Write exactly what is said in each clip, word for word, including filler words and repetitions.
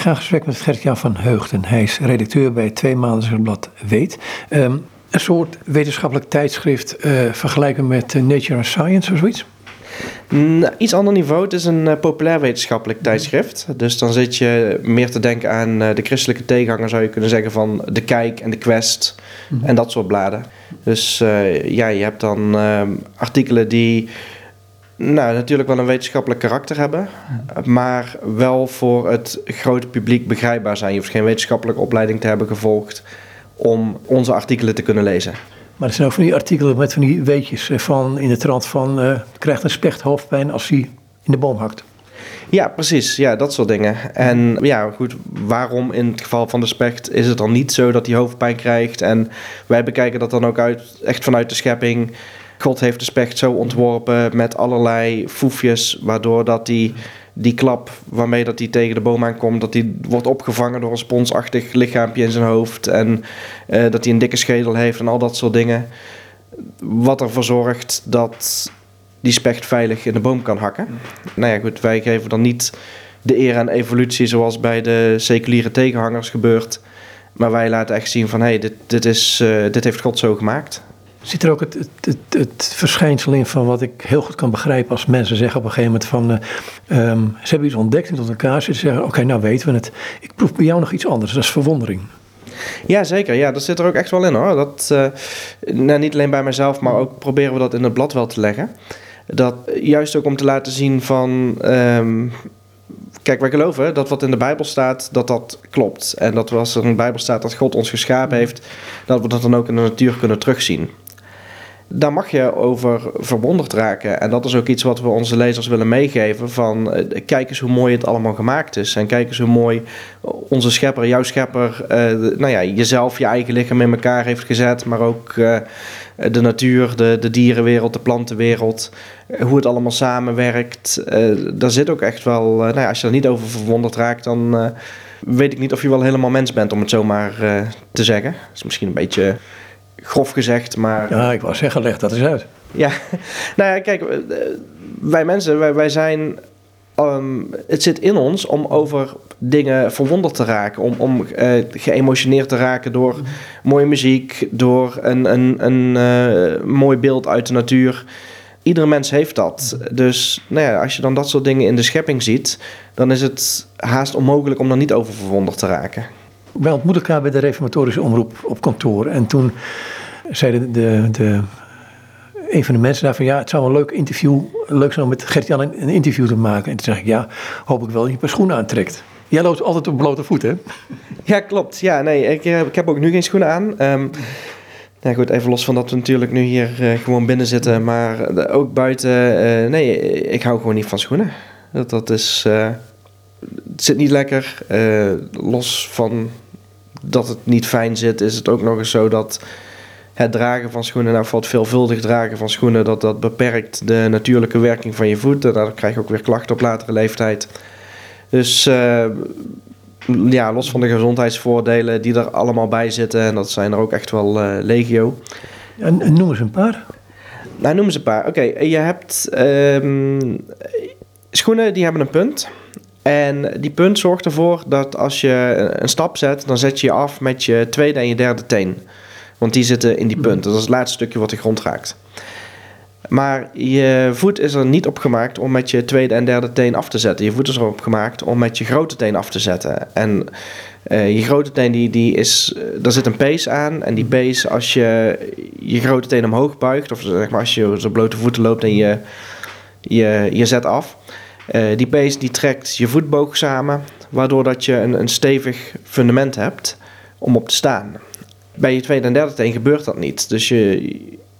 ga in gesprek met Gert-Jan van Heugden. Hij is redacteur bij het tweemaandelijkse blad Weet. Um, een soort wetenschappelijk tijdschrift uh, vergelijken met uh, Nature and Science of zoiets? Nou, iets ander niveau. Het is een uh, populair wetenschappelijk tijdschrift. Dus dan zit je meer te denken aan uh, de christelijke tegenhanger, zou je kunnen zeggen, van De Kijk en De Quest mm-hmm. en dat soort bladen. Dus uh, ja, je hebt dan uh, artikelen die nou, natuurlijk wel een wetenschappelijk karakter hebben, maar wel voor het grote publiek begrijpbaar zijn. Je hoeft geen wetenschappelijke opleiding te hebben gevolgd om onze artikelen te kunnen lezen. Maar er zijn ook van die artikelen met van die weetjes van in de trant van uh, krijgt een specht hoofdpijn als hij in de boom hakt. Ja, precies. Ja, dat soort dingen. En ja, goed, waarom in het geval van de specht is het dan niet zo dat hij hoofdpijn krijgt? En wij bekijken dat dan ook uit, echt vanuit de schepping. God heeft de specht zo ontworpen met allerlei foefjes, waardoor dat die, die klap waarmee dat hij tegen de boom aankomt, dat die wordt opgevangen door een sponsachtig lichaampje in zijn hoofd. En uh, dat hij een dikke schedel heeft en al dat soort dingen. Wat ervoor zorgt dat die specht veilig in de boom kan hakken. Nou ja, goed, wij geven dan niet de eer aan evolutie zoals bij de seculiere tegenhangers gebeurt. Maar wij laten echt zien van, hé, hey, dit, dit, is, uh, dit heeft God zo gemaakt. Zit er ook het, het, het, het verschijnsel in van wat ik heel goed kan begrijpen als mensen zeggen op een gegeven moment van uh, um, ze hebben iets ontdekt en tot elkaar zitten zeggen, oké, okay, nou weten we het. Ik proef bij jou nog iets anders, dat is verwondering. Ja, zeker. Ja, dat zit er ook echt wel in hoor. Dat, uh, nou, niet alleen bij mezelf, maar ook proberen we dat in het blad wel te leggen. Dat juist ook om te laten zien van, um, kijk, wij geloven dat wat in de Bijbel staat, dat dat klopt. En dat als er in de Bijbel staat dat God ons geschapen heeft, dat we dat dan ook in de natuur kunnen terugzien. Daar mag je over verwonderd raken. En dat is ook iets wat we onze lezers willen meegeven. Van uh, kijk eens hoe mooi het allemaal gemaakt is. En kijk eens hoe mooi onze schepper, jouw schepper, uh, de, nou ja, jezelf, je eigen lichaam in elkaar heeft gezet. Maar ook uh, de natuur, de, de dierenwereld, de plantenwereld. Uh, hoe het allemaal samenwerkt. Uh, daar zit ook echt wel, uh, nou ja, als je er niet over verwonderd raakt, dan uh, weet ik niet of je wel helemaal mens bent, om het zo maar uh, te zeggen. Dat is misschien een beetje grof gezegd, maar ja, ik wou zeggen, leg dat eens uit. Ja, nou ja, kijk, wij mensen, wij, wij zijn, um, het zit in ons om over dingen verwonderd te raken, om, om uh, geëmotioneerd te raken door mooie muziek, door een, een, een uh, mooi beeld uit de natuur. Iedere mens heeft dat. Dus nou ja, als je dan dat soort dingen in de schepping ziet, dan is het haast onmogelijk om er niet over verwonderd te raken. Wij ontmoetten elkaar bij de reformatorische omroep op kantoor. En toen zei de, de, de, een van de mensen daar van, ja, het zou een leuk interview, leuk zijn om met Gert-Jan een, een interview te maken. En toen zeg ik, ja, hoop ik wel dat je een paar schoenen aantrekt. Jij loopt altijd op blote voeten, hè? Ja, klopt. Ja, nee, ik, ik heb ook nu geen schoenen aan. Um, nou goed, even los van dat we natuurlijk nu hier uh, gewoon binnen zitten. Maar uh, ook buiten, uh, nee, ik hou gewoon niet van schoenen. Dat, dat is, uh, het zit niet lekker. Uh, los van dat het niet fijn zit, is het ook nog eens zo dat het dragen van schoenen, nou het veelvuldig dragen van schoenen, dat dat beperkt de natuurlijke werking van je voet. En daar krijg je ook weer klachten op latere leeftijd. Dus uh, ja, los van de gezondheidsvoordelen die er allemaal bij zitten, en dat zijn er ook echt wel uh, legio. En, en noem eens een paar. Nou, noem eens een paar. Oké, okay, je hebt um, schoenen die hebben een punt. En die punt zorgt ervoor dat als je een stap zet, dan zet je je af met je tweede en je derde teen. Want die zitten in die punt. Dat is het laatste stukje wat de grond raakt. Maar je voet is er niet op gemaakt om met je tweede en derde teen af te zetten. Je voet is erop gemaakt om met je grote teen af te zetten. En uh, je grote teen, die, die is, daar zit een pees aan. En die pees, als je je grote teen omhoog buigt, of zeg maar als je zo blote voeten loopt en je, je, je zet af. Uh, die pees die trekt je voetboog samen, waardoor dat je een, een stevig fundament hebt om op te staan. Bij je tweede en derde teen gebeurt dat niet. Dus je,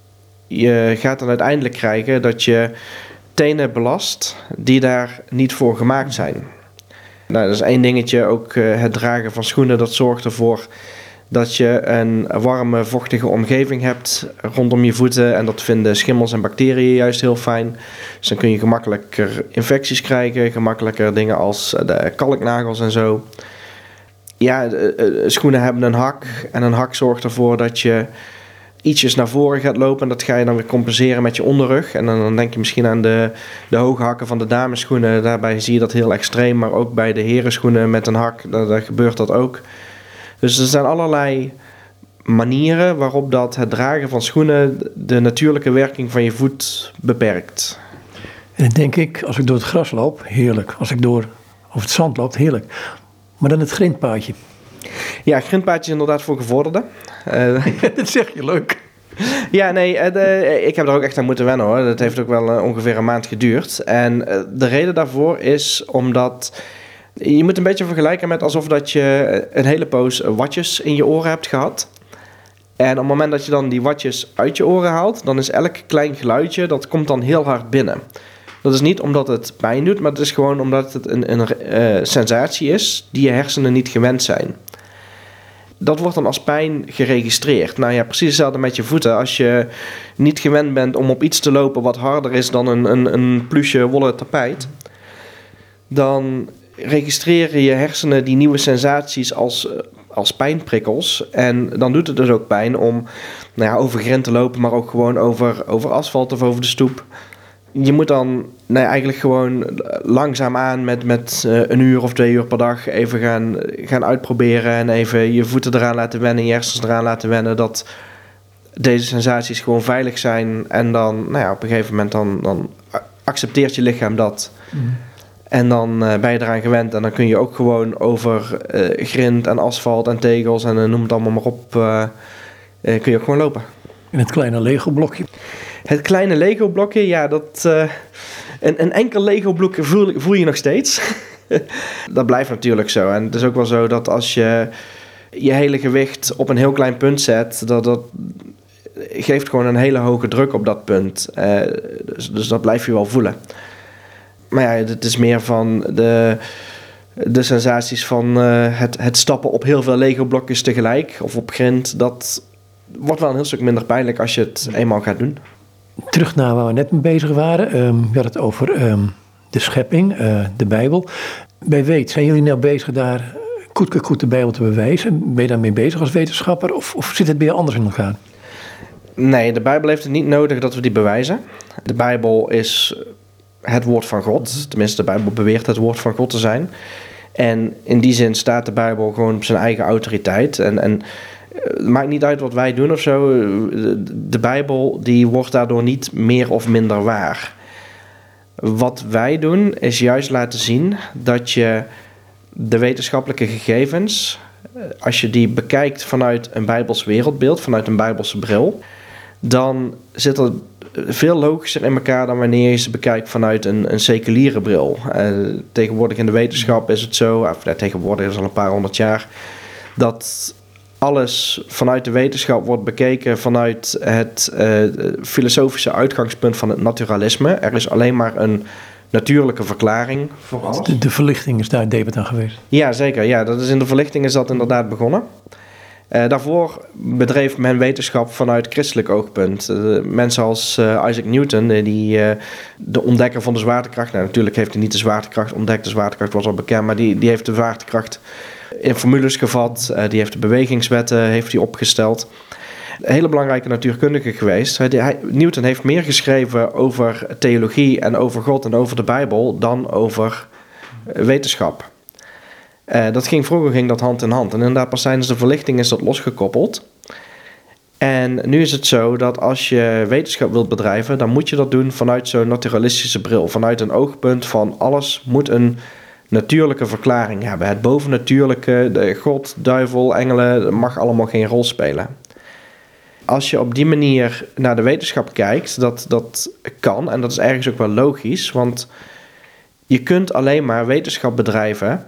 je gaat dan uiteindelijk krijgen dat je tenen belast die daar niet voor gemaakt zijn. Nou, dat is één dingetje. Ook uh, het dragen van schoenen, dat zorgt ervoor dat je een warme, vochtige omgeving hebt rondom je voeten. En dat vinden schimmels en bacteriën juist heel fijn. Dus dan kun je gemakkelijker infecties krijgen. Gemakkelijker dingen als de kalknagels en zo. Ja, de, de schoenen hebben een hak. En een hak zorgt ervoor dat je ietsjes naar voren gaat lopen. En dat ga je dan weer compenseren met je onderrug. En dan, dan denk je misschien aan de, de hoge hakken van de damesschoenen. Daarbij zie je dat heel extreem. Maar ook bij de herenschoenen met een hak, daar, daar gebeurt dat ook. Dus er zijn allerlei manieren waarop dat het dragen van schoenen de natuurlijke werking van je voet beperkt. En dan denk ik, als ik door het gras loop, heerlijk. Als ik door over het zand loop, heerlijk. Maar dan het grindpaadje. Ja, grindpaadje is inderdaad voor gevorderden. Uh, dat zeg je leuk. Ja, nee, uh, de, ik heb er ook echt aan moeten wennen hoor. Dat heeft ook wel uh, ongeveer een maand geduurd. En uh, de reden daarvoor is omdat je moet een beetje vergelijken met alsof dat je een hele poos watjes in je oren hebt gehad. En op het moment dat je dan die watjes uit je oren haalt, dan is elk klein geluidje, dat komt dan heel hard binnen. Dat is niet omdat het pijn doet, maar het is gewoon omdat het een, een uh, sensatie is die je hersenen niet gewend zijn. Dat wordt dan als pijn geregistreerd. Nou ja, precies hetzelfde met je voeten. Als je niet gewend bent om op iets te lopen wat harder is dan een, een, een plusje wollen tapijt, dan registreren je hersenen die nieuwe sensaties als, als pijnprikkels. En dan doet het dus ook pijn om nou ja, over grind te lopen, maar ook gewoon over, over asfalt of over de stoep. Je moet dan nou ja, eigenlijk gewoon langzaamaan met, met uh, een uur of twee uur per dag even gaan, gaan uitproberen en even je voeten eraan laten wennen, je hersens eraan laten wennen dat deze sensaties gewoon veilig zijn. En dan nou ja, op een gegeven moment dan, dan accepteert je lichaam dat. Mm. En dan uh, ben je eraan gewend en dan kun je ook gewoon over uh, grind en asfalt en tegels en uh, noem het allemaal maar op, uh, uh, kun je ook gewoon lopen. En het kleine Lego-blokje? Het kleine Lego-blokje, ja, dat, uh, een, een enkel Lego-blok voel, voel je nog steeds. Dat blijft natuurlijk zo. En het is ook wel zo dat als je je hele gewicht op een heel klein punt zet, dat dat geeft gewoon een hele hoge druk op dat punt. Uh, dus, dus dat blijf je wel voelen. Maar ja, het is meer van de, de sensaties van uh, het, het stappen op heel veel Lego-blokjes tegelijk of op grind. Dat wordt wel een heel stuk minder pijnlijk als je het eenmaal gaat doen. Terug naar waar we net mee bezig waren. Um, we hadden het over um, de schepping, uh, de Bijbel. Bij Weet, zijn jullie nou bezig daar koet koet de Bijbel te bewijzen? Ben je daarmee bezig als wetenschapper of, of zit het weer anders in elkaar? Nee, de Bijbel heeft het niet nodig dat we die bewijzen. De Bijbel is het woord van God. Tenminste, de Bijbel beweert het woord van God te zijn. En in die zin staat de Bijbel gewoon op zijn eigen autoriteit. En, en het maakt niet uit wat wij doen of zo. De, de Bijbel die wordt daardoor niet meer of minder waar. Wat wij doen is juist laten zien dat je de wetenschappelijke gegevens, als je die bekijkt vanuit een Bijbels wereldbeeld, vanuit een Bijbelse bril, dan zit er veel logischer in elkaar dan wanneer je ze bekijkt vanuit een, een seculiere bril. Uh, tegenwoordig in de wetenschap is het zo, of, ja, tegenwoordig is het al een paar honderd jaar, dat alles vanuit de wetenschap wordt bekeken vanuit het uh, filosofische uitgangspunt van het naturalisme. Er is alleen maar een natuurlijke verklaring voor alles. De, de verlichting is daar debet aan geweest. Ja, zeker. Ja, dat is in de verlichting is dat inderdaad begonnen. Uh, daarvoor bedreef men wetenschap vanuit christelijk oogpunt. Uh, mensen als uh, Isaac Newton, uh, die, uh, de ontdekker van de zwaartekracht. Nou, natuurlijk heeft hij niet de zwaartekracht ontdekt. De zwaartekracht was al bekend, maar die, die heeft de zwaartekracht in formules gevat. Uh, die heeft de bewegingswetten heeft hij opgesteld. Een hele belangrijke natuurkundige geweest. Hij, hij, Newton heeft meer geschreven over theologie en over God en over de Bijbel dan over uh, wetenschap. Uh, dat ging, vroeger ging dat hand in hand. En inderdaad, pas tijdens de verlichting is dat losgekoppeld. En nu is het zo dat als je wetenschap wilt bedrijven, dan moet je dat doen vanuit zo'n naturalistische bril. Vanuit een oogpunt van alles moet een natuurlijke verklaring hebben. Het bovennatuurlijke, de God, duivel, engelen, mag allemaal geen rol spelen. Als je op die manier naar de wetenschap kijkt, dat, dat kan. En dat is ergens ook wel logisch. Want je kunt alleen maar wetenschap bedrijven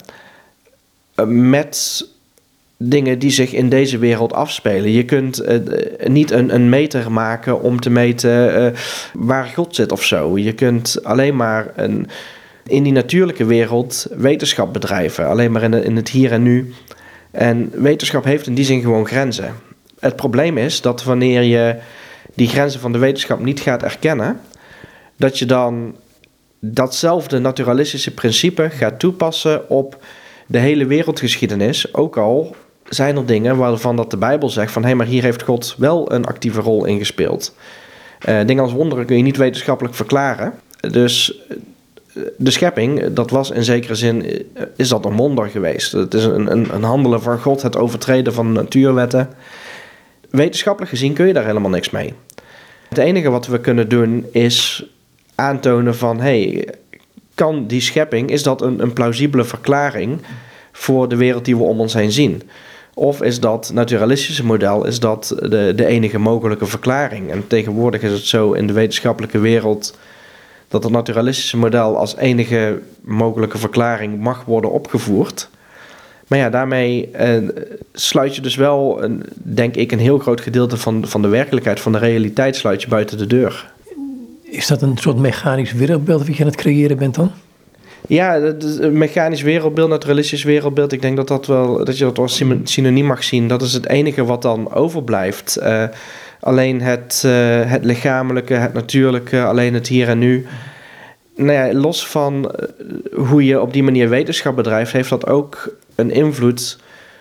met dingen die zich in deze wereld afspelen. Je kunt uh, niet een, een meter maken om te meten uh, waar God zit of zo. Je kunt alleen maar een, in die natuurlijke wereld wetenschap bedrijven. Alleen maar in, de, in het hier en nu. En wetenschap heeft in die zin gewoon grenzen. Het probleem is dat wanneer je die grenzen van de wetenschap niet gaat erkennen, dat je dan datzelfde naturalistische principe gaat toepassen op de hele wereldgeschiedenis, ook al zijn er dingen waarvan dat de Bijbel zegt van hé, hey, maar hier heeft God wel een actieve rol in gespeeld. Uh, dingen als wonderen kun je niet wetenschappelijk verklaren. Dus de schepping, dat was in zekere zin, is dat een wonder geweest. Het is een, een, een handelen van God, het overtreden van natuurwetten. Wetenschappelijk gezien kun je daar helemaal niks mee. Het enige wat we kunnen doen is aantonen van hey, kan die schepping, is dat een, een plausibele verklaring voor de wereld die we om ons heen zien? Of is dat naturalistische model, is dat de, de enige mogelijke verklaring? En tegenwoordig is het zo in de wetenschappelijke wereld dat het naturalistische model als enige mogelijke verklaring mag worden opgevoerd. Maar ja, daarmee eh, sluit je dus wel, een, denk ik, een heel groot gedeelte van, van de werkelijkheid, van de realiteit sluit je buiten de deur. Is dat een soort mechanisch wereldbeeld wat je aan het creëren bent dan? Ja, het mechanisch wereldbeeld, naturalistisch wereldbeeld, ik denk dat, dat, wel, dat je dat als synoniem mag zien. Dat is het enige wat dan overblijft. Uh, alleen het, uh, het lichamelijke, het natuurlijke, alleen het hier en nu. Nou ja, los van hoe je op die manier wetenschap bedrijft, heeft dat ook een invloed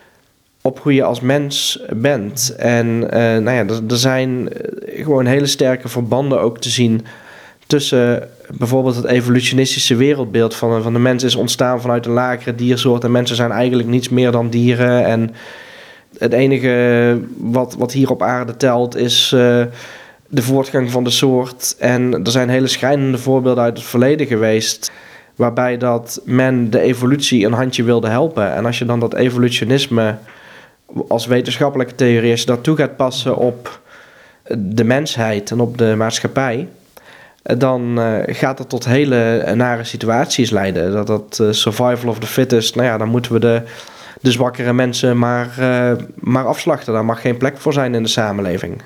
op hoe je als mens bent. En uh, nou ja, er, er zijn gewoon hele sterke verbanden ook te zien tussen bijvoorbeeld het evolutionistische wereldbeeld van, van de mens is ontstaan vanuit een lagere diersoort en mensen zijn eigenlijk niets meer dan dieren. En het enige wat, wat hier op aarde telt is uh, de voortgang van de soort. En er zijn hele schrijnende voorbeelden uit het verleden geweest waarbij dat men de evolutie een handje wilde helpen. En als je dan dat evolutionisme als wetenschappelijke theorie, als je dat toe gaat passen op de mensheid en op de maatschappij, dan uh, gaat dat tot hele nare situaties leiden. Dat dat uh, survival of the fittest, nou ja, dan moeten we de, de zwakkere mensen maar, uh, maar afslachten. Daar mag geen plek voor zijn in de samenleving.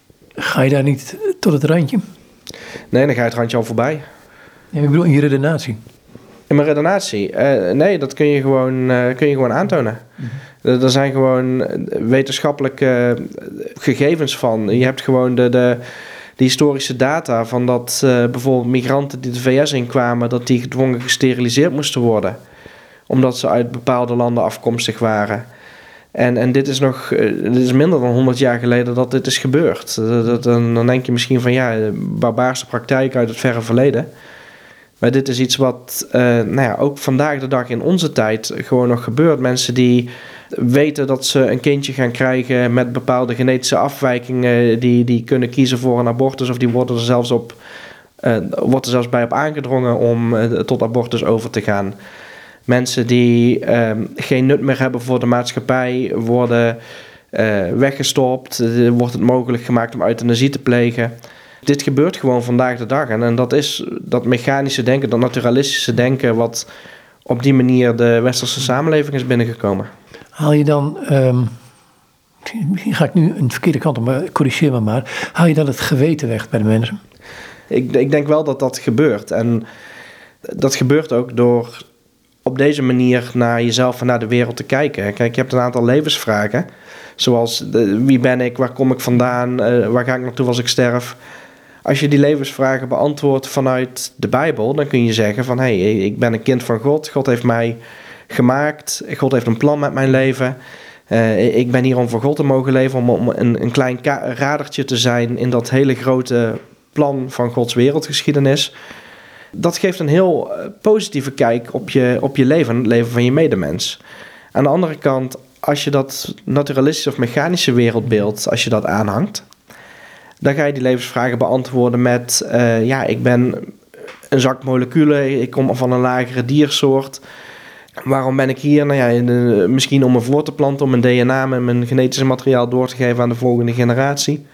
Ga je daar niet tot het randje? Nee, dan ga je het randje al voorbij. Ja, ik bedoel, in je redenatie. In mijn redenatie? Uh, nee, dat kun je gewoon, uh, kun je gewoon aantonen. Mm-hmm. Er zijn gewoon wetenschappelijke gegevens van. Je hebt gewoon de... de De historische data van dat uh, bijvoorbeeld migranten die de V S inkwamen, dat die gedwongen gesteriliseerd moesten worden. Omdat ze uit bepaalde landen afkomstig waren. En, en dit is nog, uh, dit is minder dan honderd jaar geleden dat dit is gebeurd. Dat, dat, dan, dan denk je misschien van ja, barbaarse praktijk uit het verre verleden. Maar dit is iets wat uh, nou ja, ook vandaag de dag in onze tijd gewoon nog gebeurt. Mensen die weten dat ze een kindje gaan krijgen met bepaalde genetische afwijkingen, die, die kunnen kiezen voor een abortus of die worden er zelfs, op, uh, wordt er zelfs bij op aangedrongen om uh, tot abortus over te gaan. Mensen die uh, geen nut meer hebben voor de maatschappij worden uh, weggestopt. Uh, wordt het mogelijk gemaakt om euthanasie te plegen. Dit gebeurt gewoon vandaag de dag. En, en dat is dat mechanische denken, dat naturalistische denken, wat op die manier de westerse samenleving is binnengekomen. Haal je dan, um, misschien ga ik nu een verkeerde kant op, maar corrigeer me maar. Haal je dan het geweten weg bij de mensen? Ik, ik denk wel dat dat gebeurt. En dat gebeurt ook door op deze manier naar jezelf en naar de wereld te kijken. Kijk, je hebt een aantal levensvragen. Zoals, de, wie ben ik, waar kom ik vandaan, uh, waar ga ik naartoe als ik sterf? Als je die levensvragen beantwoordt vanuit de Bijbel, dan kun je zeggen van, hé, hey, ik ben een kind van God. God heeft mij gemaakt. God heeft een plan met mijn leven. Uh, ik ben hier om voor God te mogen leven, om, om een, een klein ka- radertje te zijn in dat hele grote plan van Gods wereldgeschiedenis. Dat geeft een heel positieve kijk op je, op je leven en het leven van je medemens. Aan de andere kant, als je dat naturalistische of mechanische wereldbeeld, als je dat aanhangt, dan ga je die levensvragen beantwoorden met, uh, ja, ik ben een zak moleculen, ik kom van een lagere diersoort. Waarom ben ik hier? Nou ja, de, misschien om me voor te planten, om mijn D N A en mijn genetische materiaal door te geven aan de volgende generatie.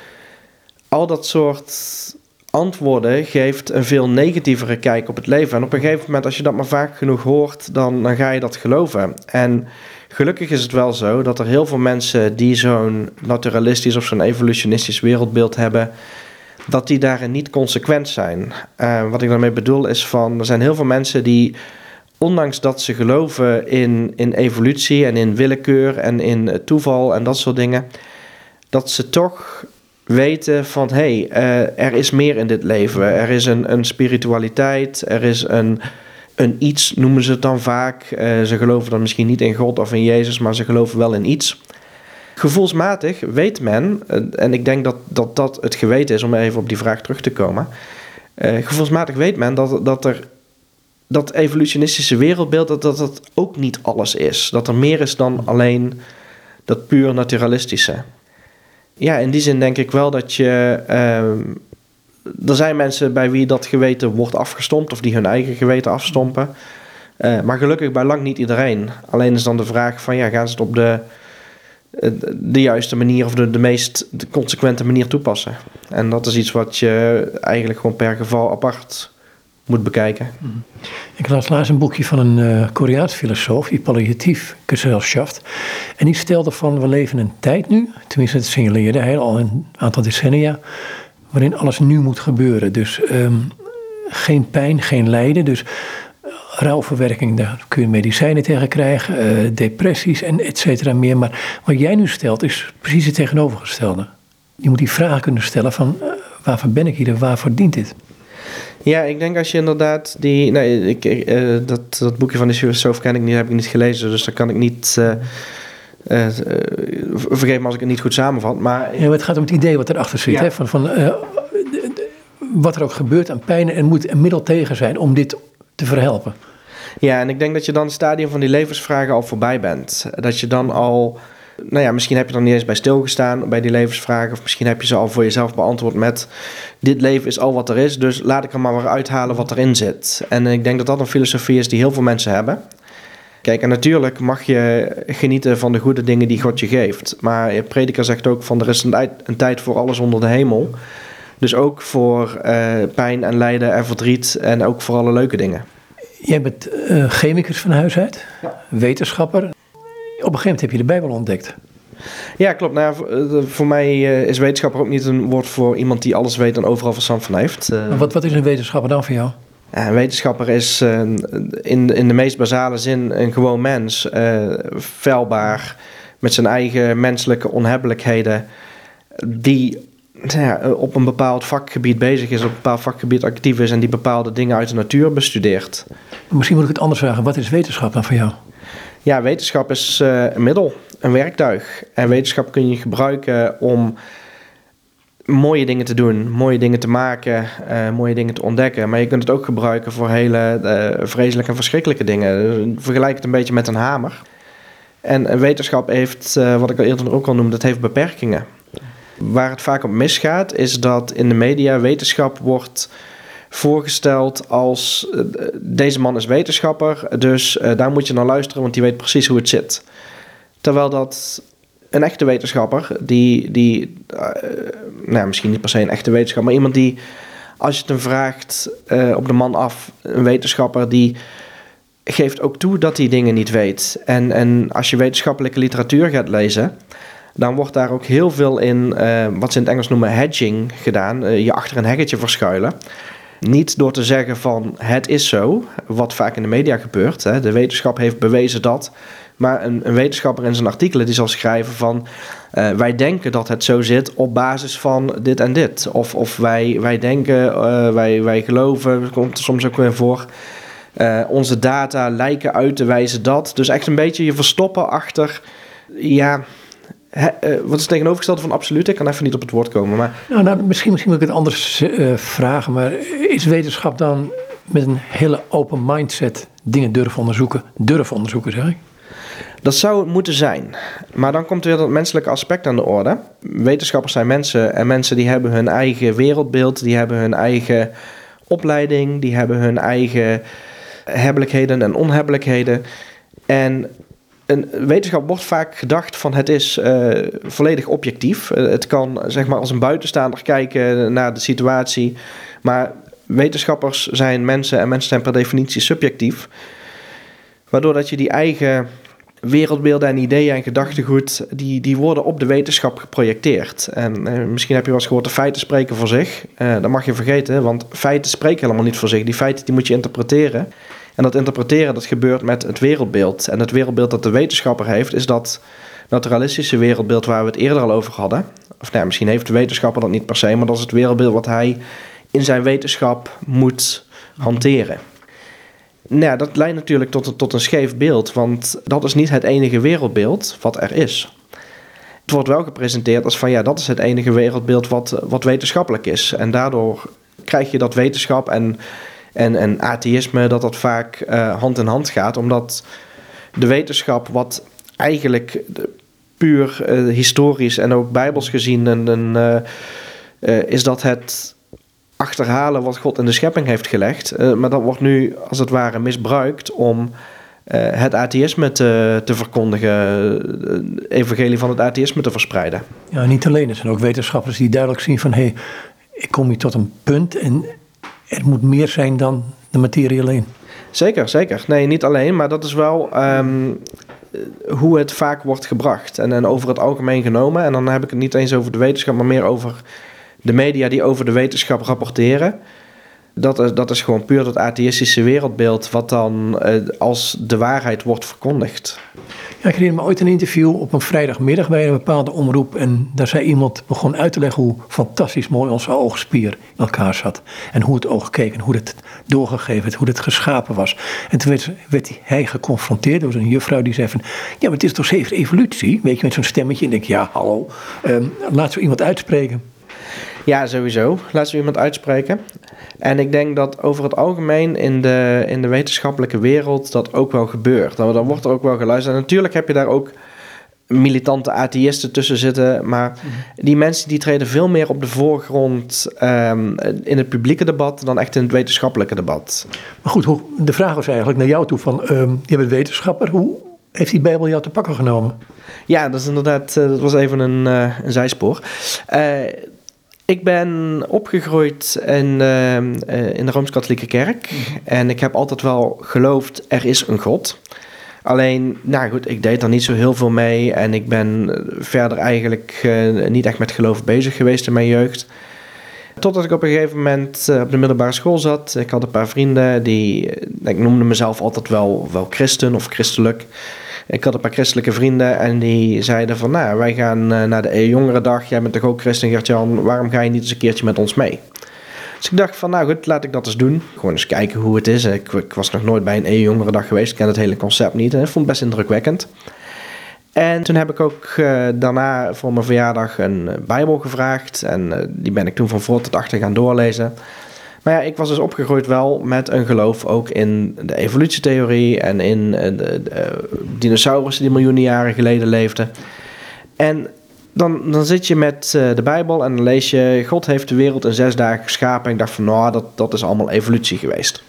Al dat soort antwoorden geeft een veel negatievere kijk op het leven. En op een gegeven moment, als je dat maar vaak genoeg hoort, dan, dan ga je dat geloven. En gelukkig is het wel zo dat er heel veel mensen die zo'n naturalistisch of zo'n evolutionistisch wereldbeeld hebben, dat die daarin niet consequent zijn. Uh, wat ik daarmee bedoel is van, er zijn heel veel mensen die, ondanks dat ze geloven in, in evolutie en in willekeur en in toeval en dat soort dingen, dat ze toch weten van, hé, hey, uh, er is meer in dit leven. Er is een, een spiritualiteit, er is een, een iets noemen ze het dan vaak. Uh, ze geloven dan misschien niet in God of in Jezus, maar ze geloven wel in iets. Gevoelsmatig weet men, uh, en ik denk dat, dat dat het geweten is om even op die vraag terug te komen. Uh, gevoelsmatig weet men dat, dat er dat evolutionistische wereldbeeld, dat, dat dat ook niet alles is. Dat er meer is dan alleen dat puur naturalistische. Ja, in die zin denk ik wel dat je... Uh, er zijn mensen bij wie dat geweten wordt afgestompt of die hun eigen geweten afstompen. Uh, maar gelukkig bij lang niet iedereen. Alleen is dan de vraag van, ja, gaan ze het op de, de juiste manier of de, de meest de consequente manier toepassen? En dat is iets wat je eigenlijk gewoon per geval apart moet bekijken. Ik las laatst een boekje van een uh, Koreaans filosoof, die palliatief Gesellschaft. En die stelde van, we leven in een tijd nu, tenminste het signaleerde hij al een aantal decennia, waarin alles nu moet gebeuren. Dus um, geen pijn, geen lijden. Dus rouwverwerking, daar kun je medicijnen tegen krijgen, uh, depressies en et cetera meer. Maar wat jij nu stelt is precies het tegenovergestelde. Je moet die vraag kunnen stellen van, uh, waarvoor ben ik hier en waarvoor dient dit? Ja, ik denk als je inderdaad die... Nee, ik, uh, dat, dat boekje van de filosoof ken ik niet, heb ik niet gelezen, dus daar kan ik niet... Uh, uh, uh, vergeef me als ik het niet goed samenvat, maar... Ja, maar het gaat om het idee wat erachter zit, ja. Hè? Van, van, uh, de, de, wat er ook gebeurt aan pijn, er moet een middel tegen zijn om dit te verhelpen. Ja, en ik denk dat je dan het stadium van die levensvragen al voorbij bent. Dat je dan al... Nou ja, misschien heb je er niet eens bij stilgestaan bij die levensvragen. Of misschien heb je ze al voor jezelf beantwoord met... dit leven is al wat er is, dus laat ik er maar weer uithalen wat erin zit. En ik denk dat dat een filosofie is die heel veel mensen hebben. Kijk, en natuurlijk mag je genieten van de goede dingen die God je geeft. Maar je prediker zegt ook van, er is een tijd, een tijd voor alles onder de hemel. Dus ook voor uh, pijn en lijden en verdriet en ook voor alle leuke dingen. Jij bent uh, chemicus van huis uit, ja. Wetenschapper. Op een gegeven moment heb je de Bijbel ontdekt. Ja, klopt. Nou ja, voor, voor mij is wetenschapper ook niet een woord voor iemand die alles weet en overal verstand van heeft. Uh, wat, wat is een wetenschapper dan voor jou? Ja, een wetenschapper is uh, in, in de meest basale zin een gewoon mens. Uh, feilbaar, met zijn eigen menselijke onhebbelijkheden. Die ja, op een bepaald vakgebied bezig is, op een bepaald vakgebied actief is en die bepaalde dingen uit de natuur bestudeert. Misschien moet ik het anders vragen. Wat is wetenschap dan voor jou? Ja, wetenschap is uh, een middel, een werktuig. En wetenschap kun je gebruiken om mooie dingen te doen, mooie dingen te maken, uh, mooie dingen te ontdekken. Maar je kunt het ook gebruiken voor hele uh, vreselijke en verschrikkelijke dingen. Vergelijk het een beetje met een hamer. En wetenschap heeft, uh, wat ik al eerder ook al noemde, dat heeft beperkingen. Waar het vaak op misgaat, is dat in de media wetenschap wordt voorgesteld als uh, deze man is wetenschapper, dus uh, daar moet je naar luisteren, want die weet precies hoe het zit. Terwijl dat een echte wetenschapper, die, die uh, nou misschien niet per se een echte wetenschapper, maar iemand die, als je het hem vraagt uh, op de man af, een wetenschapper die geeft ook toe dat hij dingen niet weet. En, en als je wetenschappelijke literatuur gaat lezen, dan wordt daar ook heel veel in, uh, wat ze in het Engels noemen hedging gedaan, uh, je achter een heggetje verschuilen. Niet door te zeggen van het is zo, wat vaak in de media gebeurt. Hè. De wetenschap heeft bewezen dat. Maar een, een wetenschapper in zijn artikelen die zal schrijven van Uh, wij denken dat het zo zit op basis van dit en dit. Of, of wij, wij denken, uh, wij, wij geloven, dat komt er soms ook weer voor. Uh, onze data lijken uit te wijzen dat. Dus echt een beetje je verstoppen achter, ja, he, uh, wat is het tegenovergestelde van absoluut? Ik kan even niet op het woord komen. Maar nou, nou, misschien, misschien moet ik het anders uh, vragen, maar is wetenschap dan met een hele open mindset dingen durven onderzoeken? Durven onderzoeken, zeg ik? Dat zou het moeten zijn. Maar dan komt weer dat menselijke aspect aan de orde. Wetenschappers zijn mensen en mensen die hebben hun eigen wereldbeeld, die hebben hun eigen opleiding, die hebben hun eigen hebbelijkheden en onhebbelijkheden. En een wetenschap wordt vaak gedacht van het is uh, volledig objectief. Uh, het kan zeg maar als een buitenstaander kijken naar de situatie. Maar wetenschappers zijn mensen en mensen zijn per definitie subjectief. Waardoor dat je die eigen wereldbeelden en ideeën en gedachtegoed, die, die worden op de wetenschap geprojecteerd. En uh, misschien heb je wel eens gehoord, de feiten spreken voor zich. Uh, dat mag je vergeten, want feiten spreken helemaal niet voor zich. Die feiten die moet je interpreteren. En dat interpreteren, dat gebeurt met het wereldbeeld. En het wereldbeeld dat de wetenschapper heeft, is dat naturalistische wereldbeeld waar we het eerder al over hadden. Of nou, misschien heeft de wetenschapper dat niet per se, maar dat is het wereldbeeld wat hij in zijn wetenschap moet hanteren. Nou ja, dat leidt natuurlijk tot, tot een scheef beeld, want dat is niet het enige wereldbeeld wat er is. Het wordt wel gepresenteerd als van ja, dat is het enige wereldbeeld wat, wat wetenschappelijk is. En daardoor krijg je dat wetenschap en, en, en atheïsme, dat dat vaak uh, hand in hand gaat. Omdat de wetenschap, wat eigenlijk puur uh, historisch en ook bijbels gezien, en, en, uh, uh, is dat het achterhalen wat God in de schepping heeft gelegd. Uh, maar dat wordt nu als het ware misbruikt om Uh, het atheïsme te, te verkondigen, het evangelie van het atheïsme te verspreiden. Ja, niet alleen. Er zijn ook wetenschappers die duidelijk zien van, hé, hey, ik kom hier tot een punt en er moet meer zijn dan de materie alleen. Zeker, zeker. Nee, niet alleen, maar dat is wel um, hoe het vaak wordt gebracht. En, en over het algemeen genomen, en dan heb ik het niet eens over de wetenschap, maar meer over de media die over de wetenschap rapporteren. Dat is, dat is gewoon puur dat atheïstische wereldbeeld wat dan uh, als de waarheid wordt verkondigd. Ja, ik herinner me ooit een interview op een vrijdagmiddag bij een bepaalde omroep. En daar zei iemand, begon uit te leggen hoe fantastisch mooi onze oogspier in elkaar zat. En hoe het oog keek en hoe het doorgegeven werd, hoe het geschapen was. En toen werd, werd hij geconfronteerd door een juffrouw die zei van, ja, maar het is toch zeker evolutie? Weet je, met zo'n stemmetje. En ik denk, ja, hallo, um, laat zo iemand uitspreken. Ja, sowieso. Laat zo iemand uitspreken. En ik denk dat over het algemeen in de, in de wetenschappelijke wereld dat ook wel gebeurt. Dan, dan wordt er ook wel geluisterd. En natuurlijk heb je daar ook militante atheïsten tussen zitten. Maar die mensen die treden veel meer op de voorgrond um, in het publieke debat dan echt in het wetenschappelijke debat. Maar goed, hoe, de vraag was eigenlijk naar jou toe van, um, je bent wetenschapper. Hoe heeft die Bijbel jou te pakken genomen? Ja, dat is inderdaad, uh, dat was even een, uh, een zijspoor. Uh, Ik ben opgegroeid in, uh, in de Rooms-Katholieke Kerk. En ik heb altijd wel geloofd, er is een God. Alleen, nou goed, ik deed er niet zo heel veel mee. En ik ben verder eigenlijk uh, niet echt met geloof bezig geweest in mijn jeugd. Totdat ik op een gegeven moment uh, op de middelbare school zat. Ik had een paar vrienden die, ik noemde mezelf altijd wel, wel christen of christelijk. Ik had een paar christelijke vrienden en die zeiden van, nou, wij gaan naar de Jongerendag. Jij bent toch ook christen, Gert-Jan, waarom ga je niet eens een keertje met ons mee? Dus ik dacht van, nou goed, laat ik dat eens doen. Gewoon eens kijken hoe het is. Ik, ik was nog nooit bij een E-Jongerendag geweest, ik ken het hele concept niet. En ik vond het best indrukwekkend. En toen heb ik ook uh, daarna voor mijn verjaardag een uh, Bijbel gevraagd. En uh, die ben ik toen van voor tot achter gaan doorlezen. Maar ja, ik was dus opgegroeid wel met een geloof ook in de evolutietheorie en in de, de, de dinosaurussen die miljoenen jaren geleden leefden. En dan, dan zit je met uh, de Bijbel en dan lees je, God heeft de wereld in zes dagen geschapen. En ik dacht van, nou, dat, dat is allemaal evolutie geweest.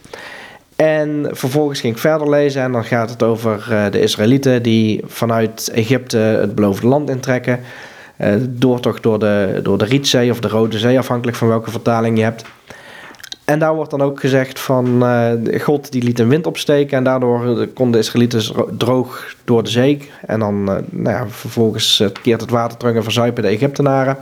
En vervolgens ging ik verder lezen en dan gaat het over uh, de Israëlieten die vanuit Egypte het beloofde land intrekken. Uh, doortocht door de, door de Rietzee of de Rode Zee, afhankelijk van welke vertaling je hebt. En daar wordt dan ook gezegd van uh, God die liet een wind opsteken en daardoor konden de Israëlieten droog door de zee. En dan uh, nou ja, vervolgens uh, keert het water terug en verzuipen de Egyptenaren.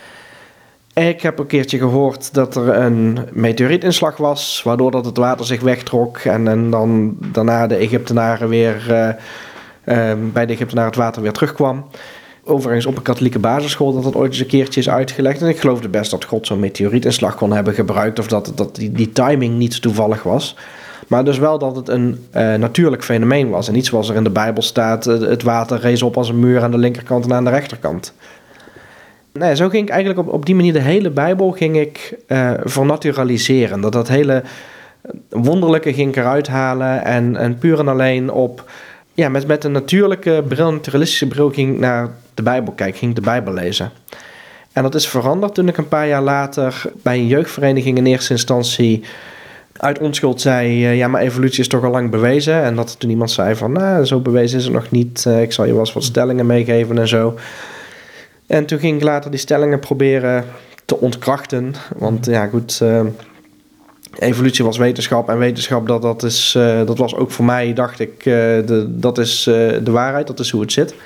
Ik heb een keertje gehoord dat er een meteorietinslag was, waardoor dat het water zich wegtrok en, en dan daarna de Egyptenaren weer uh, uh, bij de Egyptenaren het water weer terugkwam. Overigens op een katholieke basisschool dat dat ooit eens een keertje is uitgelegd. En ik geloofde best dat God zo'n meteorietinslag kon hebben gebruikt. Of dat, dat die, die timing niet toevallig was. Maar dus wel dat het een uh, natuurlijk fenomeen was. En niet zoals er in de Bijbel staat. Uh, het water rees op als een muur aan de linkerkant en aan de rechterkant. Nee, zo ging ik eigenlijk op, op die manier de hele Bijbel ging ik uh, vernaturaliseren. Dat dat hele wonderlijke ging ik eruit halen. En, en puur en alleen op... Ja, met, met een natuurlijke bril, een naturalistische bril ging ik naar de Bijbel kijken, ging ik de Bijbel lezen. En dat is veranderd toen ik een paar jaar later bij een jeugdvereniging in eerste instantie uit onschuld zei, uh, ja, maar evolutie is toch al lang bewezen. En dat toen iemand zei van, nou, zo bewezen is het nog niet. Uh, ik zal je wel eens wat stellingen meegeven en zo. En toen ging ik later die stellingen proberen te ontkrachten. Want ja, goed... Uh, Evolutie was wetenschap en wetenschap, dat, dat, is, uh, dat was ook voor mij, dacht ik, uh, de, dat is uh, de waarheid, dat is hoe het zit.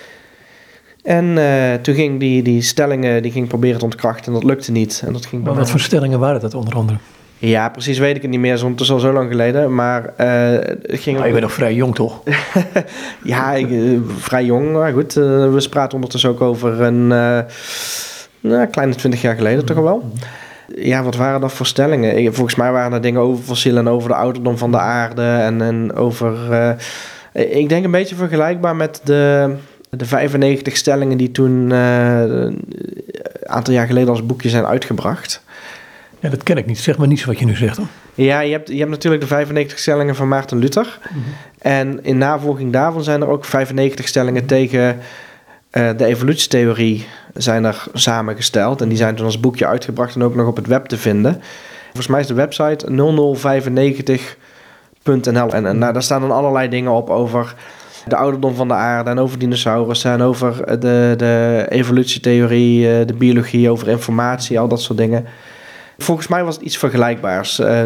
En uh, toen ging die, die stellingen, die ging proberen te ontkrachten en dat lukte niet. En dat ging maar wat voor stellingen waren dat onder andere? Ja, precies weet ik het niet meer, want het is al zo lang geleden, maar... Uh, het ging nou, je bent nog vrij jong, toch? ja, ik, uh, vrij jong, maar goed, uh, we praten ondertussen ook over een uh, nou, kleine twintig jaar geleden, toch al wel. Ja, wat waren dat voor stellingen? Volgens mij waren er dingen over fossielen en over de ouderdom van de aarde. En, en over... Uh, ik denk een beetje vergelijkbaar met de, de vijfennegentig stellingen die toen uh, een aantal jaar geleden als boekje zijn uitgebracht. Ja, dat ken ik niet. Zeg maar niet zo wat je nu zegt, hoor. Ja, je hebt, je hebt natuurlijk de vijfennegentig stellingen van Maarten Luther. Mm-hmm. En in navolging daarvan zijn er ook vijfennegentig stellingen tegen uh, de evolutietheorie zijn er samengesteld. En die zijn toen als boekje uitgebracht en ook nog op het web te vinden. Volgens mij is de website nul nul vijfennegentig punt n l. En, en nou, daar staan dan allerlei dingen op over de ouderdom van de aarde en over dinosaurussen en over de, de evolutietheorie, de biologie, over informatie, al dat soort dingen. Volgens mij was het iets vergelijkbaars. Uh,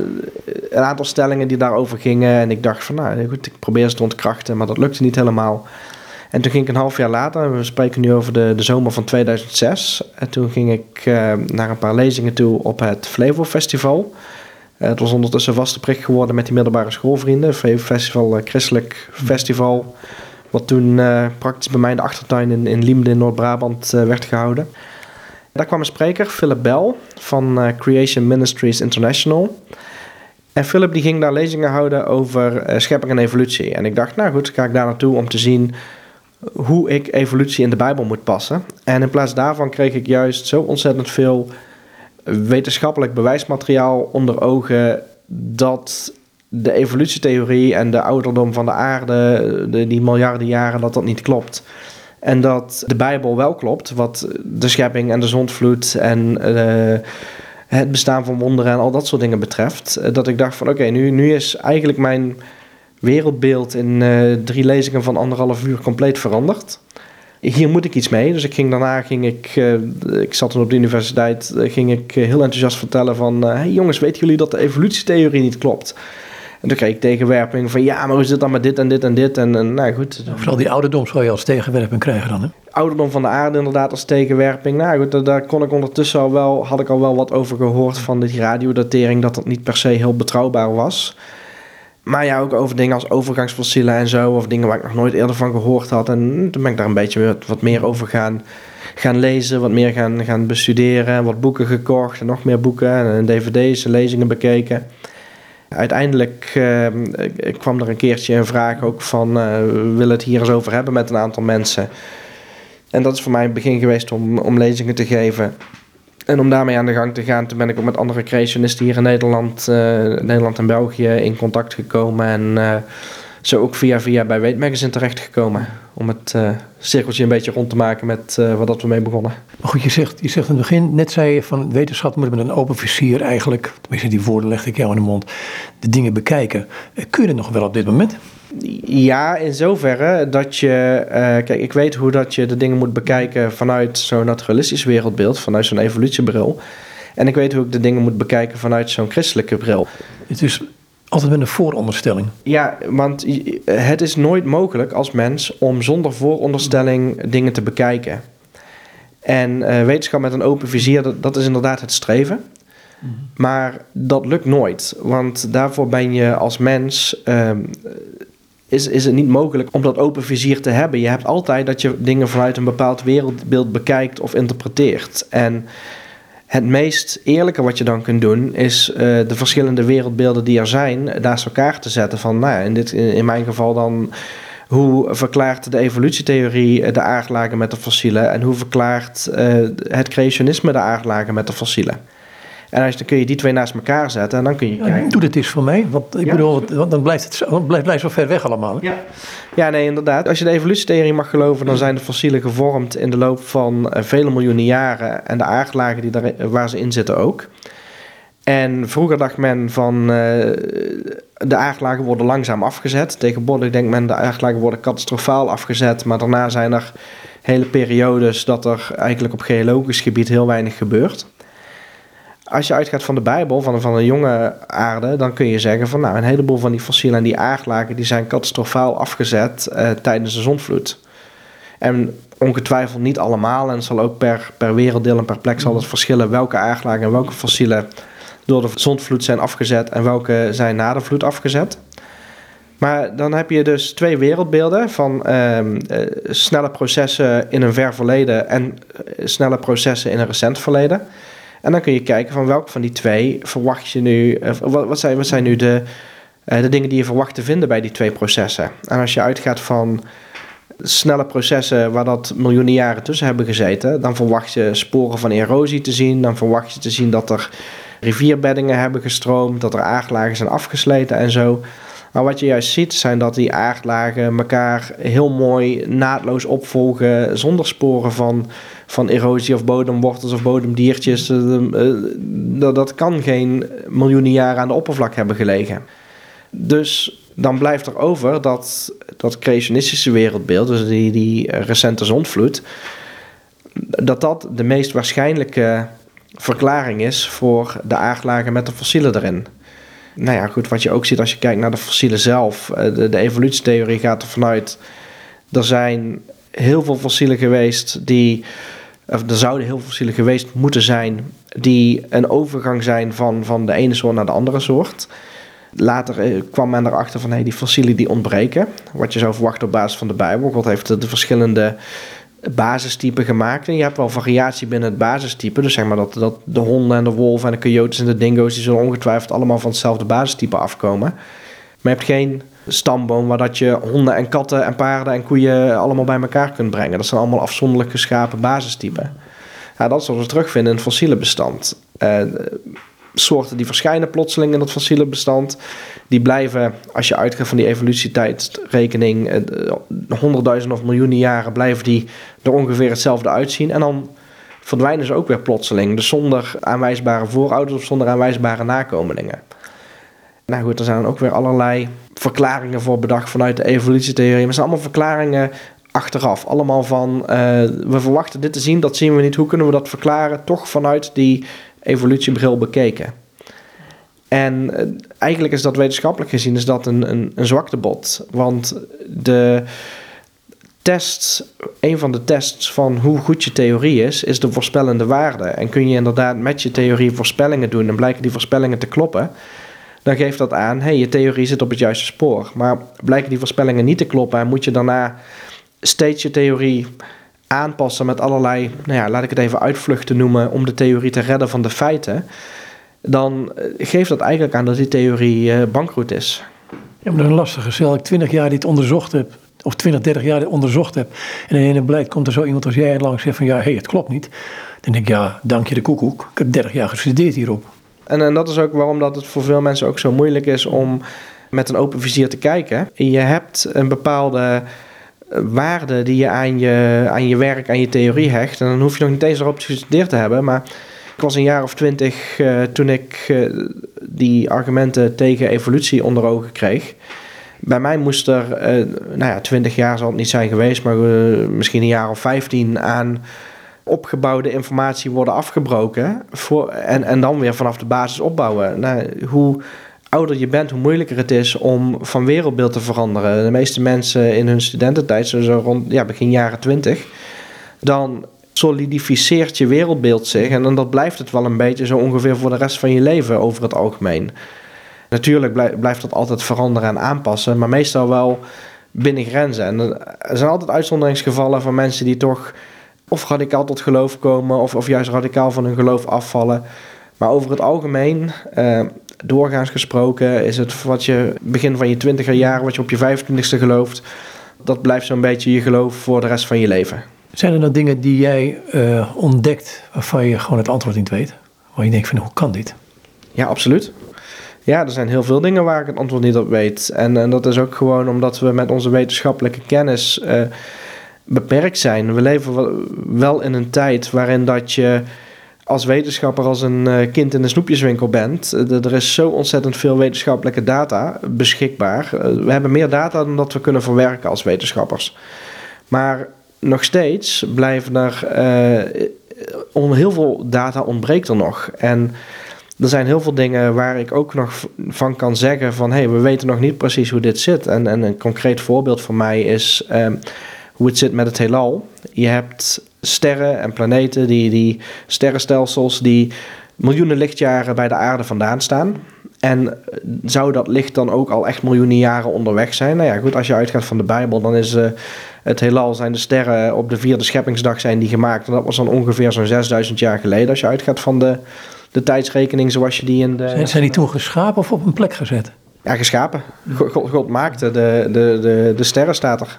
een aantal stellingen die daarover gingen. En ik dacht van, nou goed, ik probeer ze te ontkrachten, maar dat lukte niet helemaal. En toen ging ik een half jaar later, we spreken nu over de, de zomer van tweeduizend zes. En toen ging ik uh, naar een paar lezingen toe op het Flevo Festival. Uh, het was ondertussen vaste prik geworden met die middelbare schoolvrienden. Flevo Festival, uh, christelijk festival. Wat toen uh, praktisch bij mij in de achtertuin in, in Liemde in Noord-Brabant uh, werd gehouden. Daar kwam een spreker, Philip Bell, van uh, Creation Ministries International. En Philip die ging daar lezingen houden over uh, schepping en evolutie. En ik dacht, nou goed, ga ik daar naartoe om te zien hoe ik evolutie in de Bijbel moet passen. En in plaats daarvan kreeg ik juist zo ontzettend veel wetenschappelijk bewijsmateriaal onder ogen dat de evolutietheorie en de ouderdom van de aarde, de, die miljarden jaren, dat dat niet klopt. En dat de Bijbel wel klopt, wat de schepping en de zondvloed en uh, het bestaan van wonderen en al dat soort dingen betreft. Dat ik dacht van oké, okay, nu, nu is eigenlijk mijn wereldbeeld in uh, drie lezingen van anderhalf uur compleet veranderd. Hier moet ik iets mee. Dus ik ging daarna, ging ik, uh, ik zat toen op de universiteit, uh, ging ik heel enthousiast vertellen van uh, hey jongens, weten jullie dat de evolutietheorie niet klopt? En toen kreeg ik tegenwerping van ja, maar hoe zit dat met dit en dit en dit? En, en nou goed. Vooral die ouderdom zou je als tegenwerping krijgen dan, hè? Ouderdom van de aarde inderdaad als tegenwerping. Nou goed, daar, daar kon ik ondertussen al wel, had ik al wel wat over gehoord van die radiodatering, dat dat niet per se heel betrouwbaar was. Maar ja, ook over dingen als overgangsfossielen en zo, of dingen waar ik nog nooit eerder van gehoord had. En toen ben ik daar een beetje wat, wat meer over gaan, gaan lezen, wat meer gaan, gaan bestuderen, wat boeken gekocht en nog meer boeken en dvd's en lezingen bekeken. Uiteindelijk uh, kwam er een keertje een vraag ook van, uh, we willen het hier eens over hebben met een aantal mensen. En dat is voor mij het begin geweest om, om lezingen te geven. En om daarmee aan de gang te gaan, toen ben ik ook met andere creationisten hier in Nederland, uh, Nederland en België in contact gekomen. En uh, zo ook via via bij Weight Magazine terechtgekomen. Om het uh, cirkeltje een beetje rond te maken met uh, waar dat we mee begonnen. Maar goed, je zegt, je zegt in het begin, net zei je van wetenschap moet met een open vizier eigenlijk, tenminste die woorden legde ik jou in de mond, de dingen bekijken. Kun je het nog wel op dit moment? Ja, in zoverre dat je... Uh, kijk, ik weet hoe dat je de dingen moet bekijken vanuit zo'n naturalistisch wereldbeeld, vanuit zo'n evolutiebril. En ik weet hoe ik de dingen moet bekijken vanuit zo'n christelijke bril. Het is altijd met een vooronderstelling. Ja, want het is nooit mogelijk als mens om zonder vooronderstelling dingen te bekijken. En uh, wetenschap met een open vizier, dat, dat is inderdaad het streven. Mm-hmm. Maar dat lukt nooit, want daarvoor ben je als mens... Uh, Is, is het niet mogelijk om dat open vizier te hebben. Je hebt altijd dat je dingen vanuit een bepaald wereldbeeld bekijkt of interpreteert. En het meest eerlijke wat je dan kunt doen is uh, de verschillende wereldbeelden die er zijn naast elkaar te zetten. Van, nou ja, in, dit, in mijn geval dan, hoe verklaart de evolutietheorie de aardlagen met de fossielen en hoe verklaart uh, het creationisme de aardlagen met de fossielen. En als, dan kun je die twee naast elkaar zetten en dan kun je ja, kijken. Doe dit eens voor mij, want ik ja. bedoel, want dan blijft het zo, blijft, blijft zo ver weg allemaal. Hè? Ja. ja, nee, inderdaad. Als je de evolutietheorie mag geloven, dan zijn de fossielen gevormd in de loop van uh, vele miljoenen jaren en de aardlagen die daar, waar ze in zitten ook. En vroeger dacht men van uh, de aardlagen worden langzaam afgezet. Tegenwoordig denkt men de aardlagen worden catastrofaal afgezet, maar daarna zijn er hele periodes dat er eigenlijk op geologisch gebied heel weinig gebeurt. Als je uitgaat van de Bijbel, van, van een jonge aarde, dan kun je zeggen van nou, een heleboel van die fossielen en die aardlagen die zijn catastrofaal afgezet uh, tijdens de zondvloed. En ongetwijfeld niet allemaal, en het zal ook per, per werelddeel en per plek zal het verschillen welke aardlagen en welke fossielen door de zondvloed zijn afgezet en welke zijn na de vloed afgezet. Maar dan heb je dus twee wereldbeelden van uh, uh, snelle processen in een ver verleden en uh, snelle processen in een recent verleden. En dan kun je kijken van welke van die twee verwacht je nu... Uh, wat, wat, zijn, wat zijn nu de, uh, de dingen die je verwacht te vinden bij die twee processen? En als je uitgaat van snelle processen waar dat miljoenen jaren tussen hebben gezeten, dan verwacht je sporen van erosie te zien. Dan verwacht je te zien dat er rivierbeddingen hebben gestroomd, dat er aardlagen zijn afgesleten en zo. Maar wat je juist ziet zijn dat die aardlagen elkaar heel mooi naadloos opvolgen zonder sporen van, van erosie of bodemwortels of bodemdiertjes. Dat, dat kan geen miljoenen jaren aan de oppervlak hebben gelegen. Dus dan blijft er over dat dat creationistische wereldbeeld, dus die, die recente zondvloed, dat dat de meest waarschijnlijke verklaring is voor de aardlagen met de fossielen erin. Nou ja, goed, wat je ook ziet als je kijkt naar de fossielen zelf. De, de evolutietheorie gaat ervan uit, er zijn heel veel fossielen geweest die, of er zouden heel veel fossielen geweest moeten zijn, die een overgang zijn van, van de ene soort naar de andere soort. Later kwam men erachter van, hey, die fossielen die ontbreken. Wat je zou verwachten op basis van de Bijbel. God heeft de, de verschillende basistypen gemaakt. En je hebt wel variatie binnen het basistype. Dus zeg maar dat, dat de honden en de wolven en de coyotes en de dingo's, die zullen ongetwijfeld allemaal van hetzelfde basistype afkomen. Maar je hebt geen stamboom waar dat je honden en katten en paarden en koeien allemaal bij elkaar kunt brengen. Dat zijn allemaal afzonderlijk geschapen basistypen. Ja, dat zullen we terugvinden in het fossiele bestand. Uh, soorten die verschijnen plotseling in het fossiele bestand, die blijven, als je uitgaat van die evolutietijdrekening, honderdduizenden of miljoenen jaren blijven die er ongeveer hetzelfde uitzien. En dan verdwijnen ze ook weer plotseling. Dus zonder aanwijsbare voorouders of zonder aanwijsbare nakomelingen. Nou goed, er zijn ook weer allerlei verklaringen voor bedacht vanuit de evolutietheorie. Maar het zijn allemaal verklaringen achteraf. Allemaal van, uh, we verwachten dit te zien, dat zien we niet. Hoe kunnen we dat verklaren? Toch vanuit die evolutiebril bekeken. En uh, eigenlijk is dat wetenschappelijk gezien is dat een, een, een zwaktebod. Want de test, een van de tests van hoe goed je theorie is, is de voorspellende waarde. En kun je inderdaad met je theorie voorspellingen doen en blijken die voorspellingen te kloppen, dan geeft dat aan, hey, je theorie zit op het juiste spoor. Maar blijken die voorspellingen niet te kloppen en moet je daarna steeds je theorie aanpassen met allerlei, nou ja, laat ik het even uitvluchten noemen, om de theorie te redden van de feiten, dan geeft dat eigenlijk aan dat die theorie uh, bankroet is. Ja, maar dat is een lastige. Stel ik twintig jaar dit onderzocht heb, of twintig, dertig jaar dit onderzocht heb, en in ene blijkt komt er zo iemand als jij langs en zegt van ja, hé, hey, het klopt niet. Dan denk ik, ja, dank je de koekoek. Ik heb dertig jaar gestudeerd hierop. En, en dat is ook waarom dat het voor veel mensen ook zo moeilijk is om met een open vizier te kijken. Je hebt een bepaalde waarde die je aan je, aan je werk, aan je theorie hecht. En dan hoef je nog niet eens erop gestudeerd te hebben. Maar ik was een jaar of twintig uh, toen ik uh, die argumenten tegen evolutie onder ogen kreeg. Bij mij moest er, uh, nou ja, twintig jaar zal het niet zijn geweest, maar uh, misschien een jaar of vijftien aan opgebouwde informatie worden afgebroken. Voor, en, en dan weer vanaf de basis opbouwen. Nou, hoe ouder je bent, hoe moeilijker het is om van wereldbeeld te veranderen. De meeste mensen in hun studententijd, zo rond ja, begin jaren twintig, dan solidificeert je wereldbeeld zich. En dan dat blijft het wel een beetje zo ongeveer voor de rest van je leven over het algemeen. Natuurlijk blijft dat altijd veranderen en aanpassen, maar meestal wel binnen grenzen. En er zijn altijd uitzonderingsgevallen van mensen die toch of radicaal tot geloof komen of, of juist radicaal van hun geloof afvallen. Maar over het algemeen, uh, doorgaans gesproken, is het wat je begin van je twintiger jaren, wat je op je vijfentwintigste gelooft, dat blijft zo'n beetje je geloof voor de rest van je leven. Zijn er nou dingen die jij uh, ontdekt waarvan je gewoon het antwoord niet weet? Waar je denkt van, hoe kan dit? Ja, absoluut. Ja, er zijn heel veel dingen waar ik het antwoord niet op weet. En, en dat is ook gewoon omdat we met onze wetenschappelijke kennis uh, beperkt zijn. We leven wel in een tijd waarin dat je als wetenschapper als een uh, kind in een snoepjeswinkel bent. Uh, er is zo ontzettend veel wetenschappelijke data beschikbaar. Uh, we hebben meer data dan dat we kunnen verwerken als wetenschappers. Maar nog steeds blijven er uh, on, heel veel data ontbreekt er nog. En er zijn heel veel dingen waar ik ook nog van kan zeggen van, hey, we weten nog niet precies hoe dit zit. En, en een concreet voorbeeld voor mij is uh, hoe het zit met het heelal. Je hebt sterren en planeten, die, die sterrenstelsels die miljoenen lichtjaren bij de aarde vandaan staan. En zou dat licht dan ook al echt miljoenen jaren onderweg zijn? Nou ja, goed, als je uitgaat van de Bijbel, dan is uh, het heelal zijn de sterren op de vierde scheppingsdag zijn die gemaakt. En dat was dan ongeveer zo'n zesduizend jaar geleden. Als je uitgaat van de, de tijdsrekening zoals je die in de... Zijn, zijn die toen geschapen of op een plek gezet? Ja, geschapen. God, God maakte de, de, de, de sterren, staat er.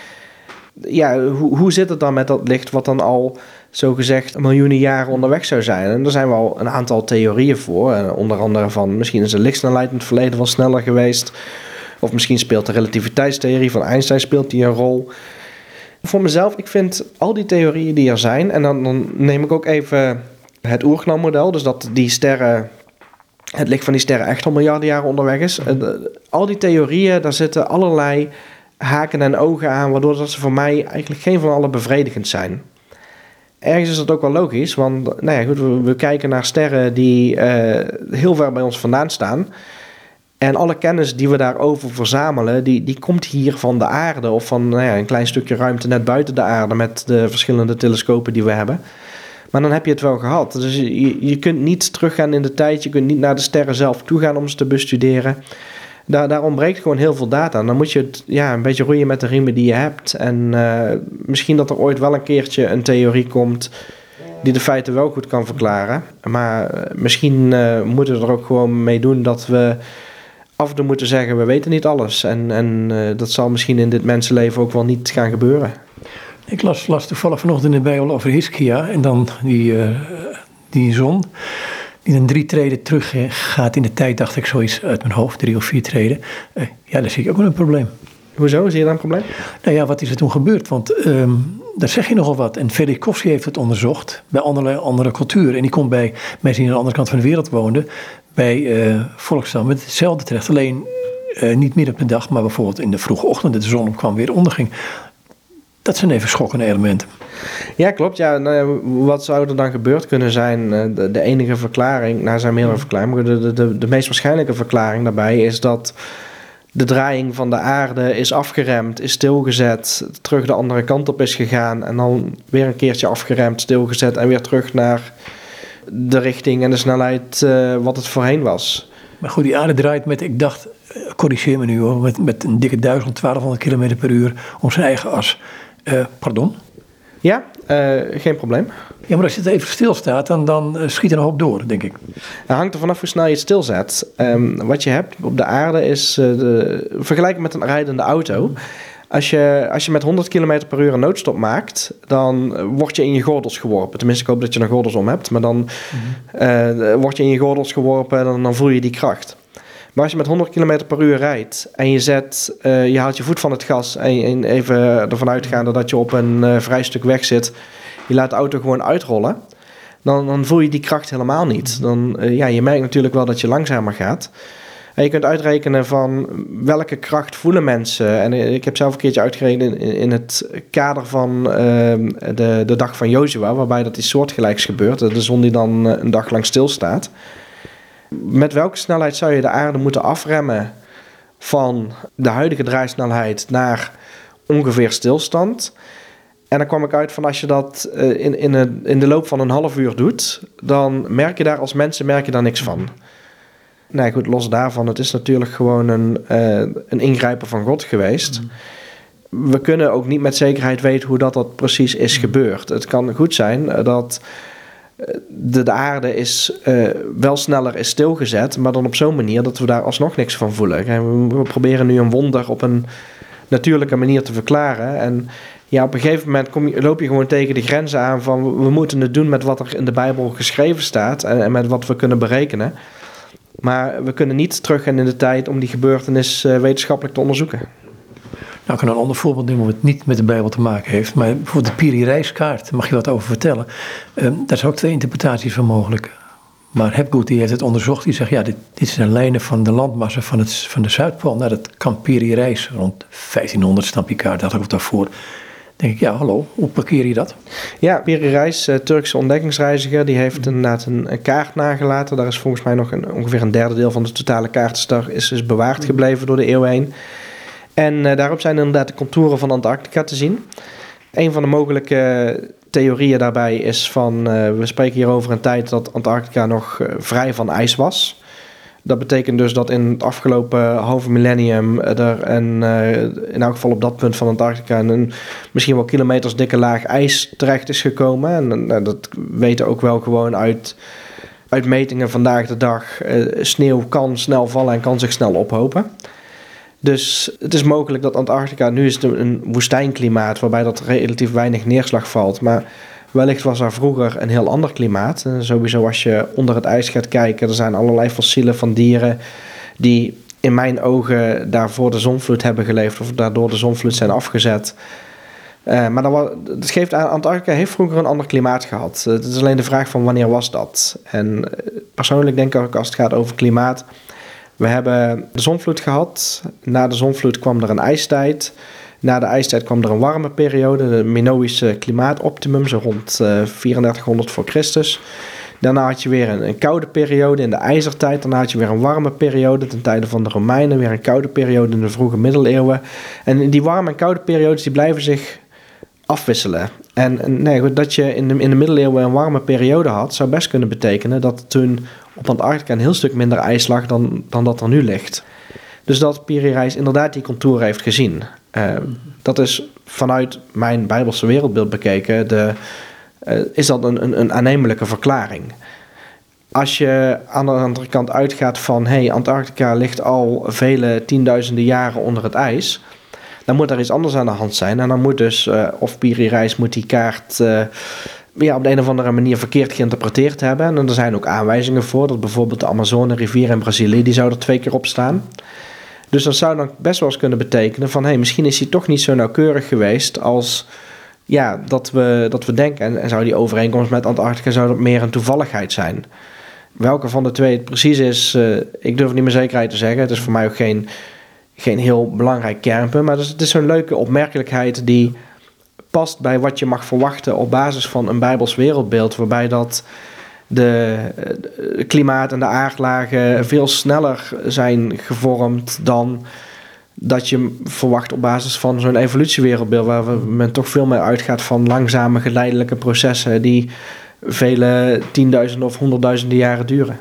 Ja, hoe, hoe zit het dan met dat licht wat dan al zogezegd miljoenen jaren onderweg zou zijn? En er zijn wel een aantal theorieën voor. Onder andere van misschien is de lichtsnelheid in het verleden wel sneller geweest. Of misschien speelt de relativiteitstheorie van Einstein speelt die een rol. Voor mezelf, ik vind al die theorieën die er zijn... en dan, dan neem ik ook even het oerknalmodel. Dus dat die sterren, het licht van die sterren echt al miljarden jaren onderweg is. Al die theorieën, daar zitten allerlei haken en ogen aan... waardoor dat ze voor mij eigenlijk geen van alle bevredigend zijn. Ergens is dat ook wel logisch, want nou ja, goed, we, we kijken naar sterren die uh, heel ver bij ons vandaan staan... En alle kennis die we daarover verzamelen, die, die komt hier van de aarde... of van nou ja, een klein stukje ruimte net buiten de aarde... met de verschillende telescopen die we hebben. Maar dan heb je het wel gehad. Dus je, je kunt niet teruggaan in de tijd... je kunt niet naar de sterren zelf toe gaan om ze te bestuderen. Daar, daar ontbreekt gewoon heel veel data. En dan moet je het ja, een beetje roeien met de riemen die je hebt. En uh, misschien dat er ooit wel een keertje een theorie komt... die de feiten wel goed kan verklaren. Maar uh, misschien uh, moeten we er ook gewoon mee doen dat we... af en toe moeten zeggen, we weten niet alles. En, en uh, dat zal misschien in dit mensenleven ook wel niet gaan gebeuren. Ik las, las toevallig vanochtend in de Bijbel over Hiskia. En dan die, uh, die zon. Die dan drie treden terug gaat in de tijd, dacht ik zoiets uit mijn hoofd. Drie of vier treden. Uh, ja, daar zie ik ook wel een probleem. Hoezo? Zie je daar een probleem? Nou ja, wat is er toen gebeurd? Want um, daar zeg je nogal wat. En Velikovsky heeft het onderzocht bij andere, andere culturen. En die komt bij mensen die aan de andere kant van de wereld woonden... bij uh, volksstammen met hetzelfde terecht. Alleen uh, niet midden op de dag, maar bijvoorbeeld in de vroege ochtend... dat de zon opkwam, weer onderging. Dat zijn even schokkende elementen. Ja, klopt. Ja, nou ja, wat zou er dan gebeurd kunnen zijn? De, de enige verklaring, nou er zijn meerdere verklaringen... maar de, de, de meest waarschijnlijke verklaring daarbij is dat... de draaiing van de aarde is afgeremd, is stilgezet... terug de andere kant op is gegaan... en dan weer een keertje afgeremd, stilgezet... en weer terug naar... de richting en de snelheid uh, wat het voorheen was. Maar goed, die aarde draait met, ik dacht, uh, corrigeer me nu hoor... met, met een dikke duizend, twaalfhonderd kilometer per uur om zijn eigen as. Uh, pardon? Ja, uh, geen probleem. Ja, maar als je het even stilstaat, dan, dan uh, schiet er een hoop door, denk ik. Het hangt er vanaf hoe snel je het stilzet. Um, wat je hebt op de aarde is... Uh, de, vergelijken met een rijdende auto... Als je, als je met honderd kilometer per uur een noodstop maakt... dan word je in je gordels geworpen. Tenminste, ik hoop dat je er gordels om hebt. Maar dan mm-hmm. uh, word je in je gordels geworpen... en dan, dan voel je die kracht. Maar als je met honderd kilometer per uur rijdt... en je, zet, uh, je haalt je voet van het gas... en, en even ervan uitgaande dat je op een uh, vrij stuk weg zit... je laat de auto gewoon uitrollen... dan, dan voel je die kracht helemaal niet. Dan, uh, ja, je merkt natuurlijk wel dat je langzamer gaat... En je kunt uitrekenen van welke kracht voelen mensen. En ik heb zelf een keertje uitgerekend in, in het kader van uh, de, de dag van Jozua... waarbij dat iets soortgelijks gebeurt. De zon die dan een dag lang stilstaat. Met welke snelheid zou je de aarde moeten afremmen... van de huidige draaisnelheid naar ongeveer stilstand? En dan kwam ik uit van als je dat uh, in, in, een, in de loop van een half uur doet... dan merk je daar als mensen merk je daar niks van... Nee, goed, los daarvan, het is natuurlijk gewoon een, uh, een ingrijpen van God geweest. Mm. We kunnen ook niet met zekerheid weten hoe dat, dat precies is mm. gebeurd. Het kan goed zijn uh, dat de, de aarde is, uh, wel sneller is stilgezet... maar dan op zo'n manier dat we daar alsnog niks van voelen. We, we proberen nu een wonder op een natuurlijke manier te verklaren... en ja, op een gegeven moment kom je, loop je gewoon tegen de grenzen aan... van we moeten het doen met wat er in de Bijbel geschreven staat... en, en met wat we kunnen berekenen... Maar we kunnen niet teruggaan in de tijd om die gebeurtenis uh, wetenschappelijk te onderzoeken. Nou, ik kan een ander voorbeeld nemen wat niet met de Bijbel te maken heeft. Maar bijvoorbeeld de Piri-Reiskaart, daar mag je wat over vertellen. Um, daar zijn ook twee interpretaties van mogelijk. Maar Hapgood die heeft het onderzocht. Die zegt, ja, dit, dit zijn lijnen van de landmassa van, het, van de Zuidpool. Nou, dat kan Piri-Reis rond vijftienhonderd staan Picard, dat ik ook daarvoor... denk ik, ja, hallo, hoe parkeer je dat? Ja, Piri Reis, uh, Turkse ontdekkingsreiziger, die heeft inderdaad een, een kaart nagelaten. Daar is volgens mij nog een, ongeveer een derde deel van de totale kaartenstar is, is bewaard gebleven door de eeuwen heen. En uh, daarop zijn inderdaad de contouren van Antarctica te zien. Een van de mogelijke theorieën daarbij is van, uh, we spreken hier over een tijd dat Antarctica nog uh, vrij van ijs was. Dat betekent dus dat in het afgelopen halve millennium er een, uh, in elk geval op dat punt van Antarctica een misschien wel kilometers dikke laag ijs terecht is gekomen. En uh, dat weten ook wel gewoon uit, uit metingen vandaag de dag. Uh, sneeuw kan snel vallen en kan zich snel ophopen. Dus het is mogelijk dat Antarctica, nu is het een woestijnklimaat waarbij dat relatief weinig neerslag valt. Maar wellicht was er vroeger een heel ander klimaat. En sowieso als je onder het ijs gaat kijken, er zijn allerlei fossielen van dieren die in mijn ogen daar voor de zonvloed hebben geleefd of daardoor de zonvloed zijn afgezet. Uh, maar dat, was, dat geeft aan, Antarctica heeft vroeger een ander klimaat gehad. Het is alleen de vraag van wanneer was dat. En persoonlijk denk ik ook als het gaat over klimaat. We hebben de zonvloed gehad. Na de zonvloed kwam er een ijstijd. Na de ijstijd kwam er een warme periode, de Minoïsche klimaatoptimum, zo rond uh, drieëndertighonderd voor Christus. Daarna had je weer een, een koude periode in de ijzertijd. Daarna had je weer een warme periode ten tijde van de Romeinen. Weer een koude periode in de vroege middeleeuwen. En die warme en koude periodes die blijven zich afwisselen. En, en nee, goed, dat je in de, in de middeleeuwen een warme periode had, zou best kunnen betekenen dat toen op Antarctica een heel stuk minder ijs lag dan, dan dat er nu ligt. Dus dat Piri Reis inderdaad die contouren heeft gezien. Uh, dat is vanuit mijn Bijbelse wereldbeeld bekeken, de, uh, is dat een, een, een aannemelijke verklaring. Als je aan de andere kant uitgaat van, hey, Antarctica ligt al vele tienduizenden jaren onder het ijs, dan moet er iets anders aan de hand zijn. En dan moet dus, uh, of Piri Reis moet die kaart uh, ja, op de een of andere manier verkeerd geïnterpreteerd hebben. En er zijn ook aanwijzingen voor, dat bijvoorbeeld de Amazone-rivier in Brazilië, die zou er twee keer op staan. Dus dat zou dan best wel eens kunnen betekenen van, hey, misschien is hij toch niet zo nauwkeurig geweest als ja, dat, we, dat we denken. En, en zou die overeenkomst met Antarctica zou dat meer een toevalligheid zijn. Welke van de twee het precies is, uh, ik durf het niet met zekerheid te zeggen. Het is voor mij ook geen, geen heel belangrijk kernpunt. Maar het is, het is zo'n leuke opmerkelijkheid die past bij wat je mag verwachten op basis van een Bijbels wereldbeeld, waarbij dat de, de klimaat en de aardlagen veel sneller zijn gevormd dan dat je verwacht op basis van zo'n evolutiewereldbeeld, waar men toch veel meer uitgaat van langzame geleidelijke processen die vele tienduizenden of honderdduizenden jaren duren.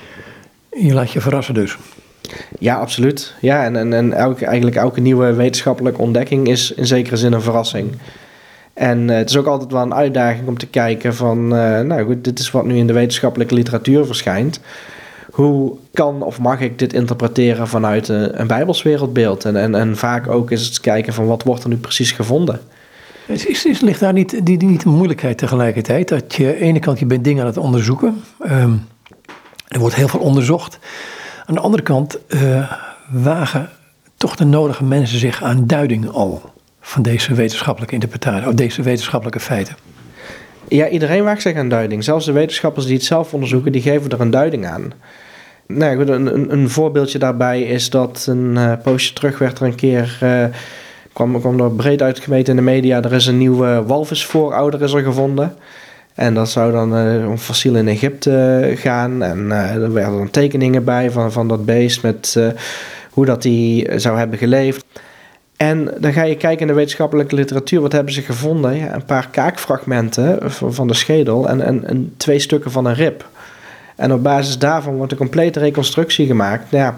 Je laat je verrassen dus. Ja, absoluut. Ja, en, en, en elke, eigenlijk elke nieuwe wetenschappelijke ontdekking is in zekere zin een verrassing. En uh, het is ook altijd wel een uitdaging om te kijken van, uh, nou goed, dit is wat nu in de wetenschappelijke literatuur verschijnt. Hoe kan of mag ik dit interpreteren vanuit een, een Bijbels wereldbeeld? En, en, en vaak ook is het kijken van, wat wordt er nu precies gevonden? Is, is, is, ligt daar niet, die, die, niet een moeilijkheid tegelijkertijd? Dat je aan de ene kant, je bent dingen aan het onderzoeken. Um, er wordt heel veel onderzocht. Aan de andere kant uh, wagen toch de nodige mensen zich aan duiding al van deze wetenschappelijke interpretatie, of deze wetenschappelijke feiten. Ja, iedereen waagt zich aan duiding. Zelfs de wetenschappers die het zelf onderzoeken, die geven er een duiding aan. Nou, goed, een, een, een voorbeeldje daarbij is dat een uh, poosje terug werd er een keer, uh, kwam, kwam er breed uitgemeten in de media, er is een nieuwe walvisvoorouder is er gevonden. En dat zou dan uh, om fossiel in Egypte uh, gaan. En uh, er werden dan tekeningen bij van, van dat beest met uh, hoe dat die zou hebben geleefd. En dan ga je kijken in de wetenschappelijke literatuur, wat hebben ze gevonden? Ja, een paar kaakfragmenten van de schedel en, en, en twee stukken van een rib. En op basis daarvan wordt een complete reconstructie gemaakt. Nou ja,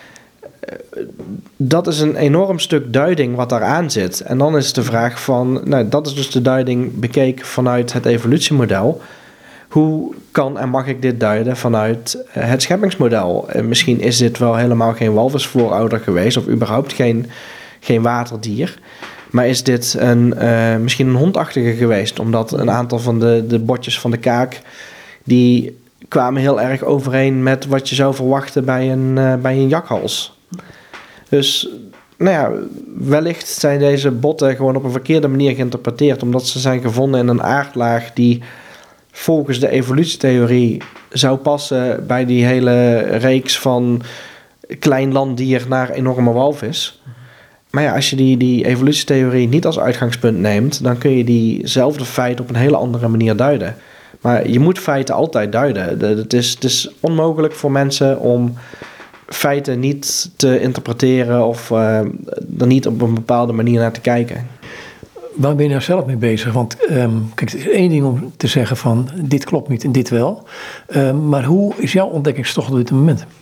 dat is een enorm stuk duiding wat daaraan zit. En dan is de vraag van, nou, dat is dus de duiding bekeken vanuit het evolutiemodel. Hoe kan en mag ik dit duiden vanuit het scheppingsmodel? En misschien is dit wel helemaal geen walvisvoorouder geweest of überhaupt geen, geen waterdier. Maar is dit een, uh, misschien een hondachtige geweest? Omdat een aantal van de, de botjes van de kaak, die kwamen heel erg overeen met wat je zou verwachten bij een, uh, bij een jakhals. Dus, nou ja, wellicht zijn deze botten gewoon op een verkeerde manier geïnterpreteerd, omdat ze zijn gevonden in een aardlaag die volgens de evolutietheorie zou passen bij die hele reeks van klein landdier naar enorme walvis. Maar ja, als je die, die evolutietheorie niet als uitgangspunt neemt, dan kun je diezelfde feiten op een hele andere manier duiden. Maar je moet feiten altijd duiden. Het is, het is onmogelijk voor mensen om feiten niet te interpreteren of uh, er niet op een bepaalde manier naar te kijken. Waar ben je nou zelf mee bezig? Want um, kijk, het is één ding om te zeggen van dit klopt niet en dit wel. Um, maar hoe is jouw ontdekkingstocht op dit moment?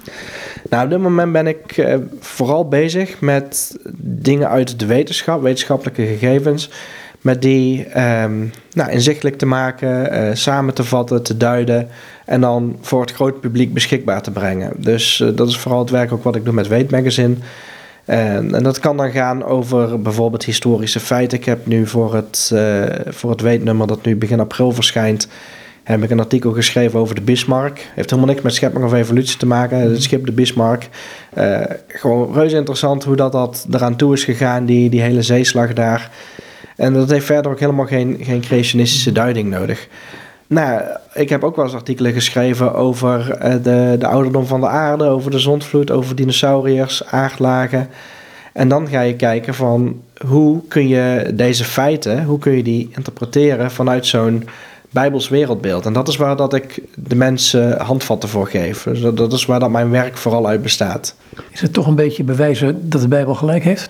Nou, op dit moment ben ik uh, vooral bezig met dingen uit de wetenschap, wetenschappelijke gegevens, met die um, nou, inzichtelijk te maken, uh, samen te vatten, te duiden en dan voor het grote publiek beschikbaar te brengen. Dus uh, dat is vooral het werk ook wat ik doe met Weet Magazine. En, en dat kan dan gaan over bijvoorbeeld historische feiten. Ik heb nu voor het, uh, voor het Weet-nummer dat nu begin april verschijnt, heb ik een artikel geschreven over de Bismarck. Heeft helemaal niks met schepping of evolutie te maken. Het schip de Bismarck. Uh, gewoon reuze interessant hoe dat, dat eraan toe is gegaan, die, die hele zeeslag daar. En dat heeft verder ook helemaal geen, geen creationistische duiding nodig. Nou, ik heb ook wel eens artikelen geschreven over uh, de, de ouderdom van de aarde, over de zondvloed, over dinosauriërs, aardlagen. En dan ga je kijken van hoe kun je deze feiten, hoe kun je die interpreteren vanuit zo'n Bijbels wereldbeeld. En dat is waar dat ik de mensen handvatten voor geef. Dus dat, dat is waar dat mijn werk vooral uit bestaat. Is het toch een beetje bewijzen dat de Bijbel gelijk heeft?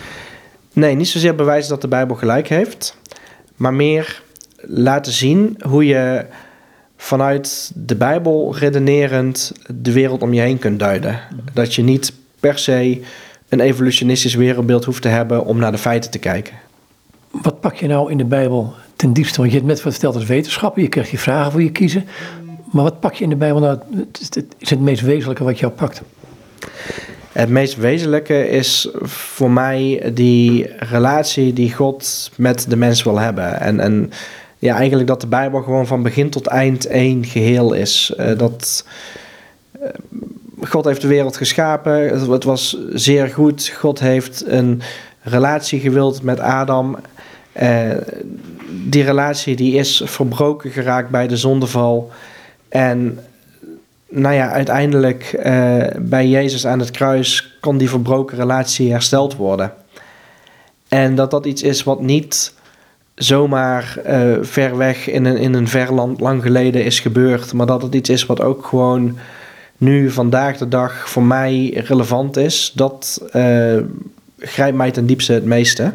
Nee, niet zozeer bewijzen dat de Bijbel gelijk heeft, maar meer laten zien hoe je vanuit de Bijbel redenerend de wereld om je heen kunt duiden. Dat je niet per se een evolutionistisch wereldbeeld hoeft te hebben om naar de feiten te kijken. Wat pak je nou in de Bijbel ten diepste? Want je hebt net verteld als wetenschapper, je krijgt je vragen voor je kiezen. Maar wat pak je in de Bijbel nou? Is het meest wezenlijke wat jou pakt? Het meest wezenlijke is voor mij die relatie die God met de mens wil hebben. En, en ja, eigenlijk dat de Bijbel gewoon van begin tot eind één geheel is. Uh, dat uh, God heeft de wereld geschapen. Het, het was zeer goed. God heeft een relatie gewild met Adam. Uh, die relatie die is verbroken geraakt bij de zondeval. En nou ja, uiteindelijk uh, bij Jezus aan het kruis kon die verbroken relatie hersteld worden. En dat dat iets is wat niet zomaar uh, ver weg in een, in een ver land lang geleden is gebeurd, maar dat het iets is wat ook gewoon nu vandaag de dag voor mij relevant is, dat uh, grijpt mij ten diepste het meeste.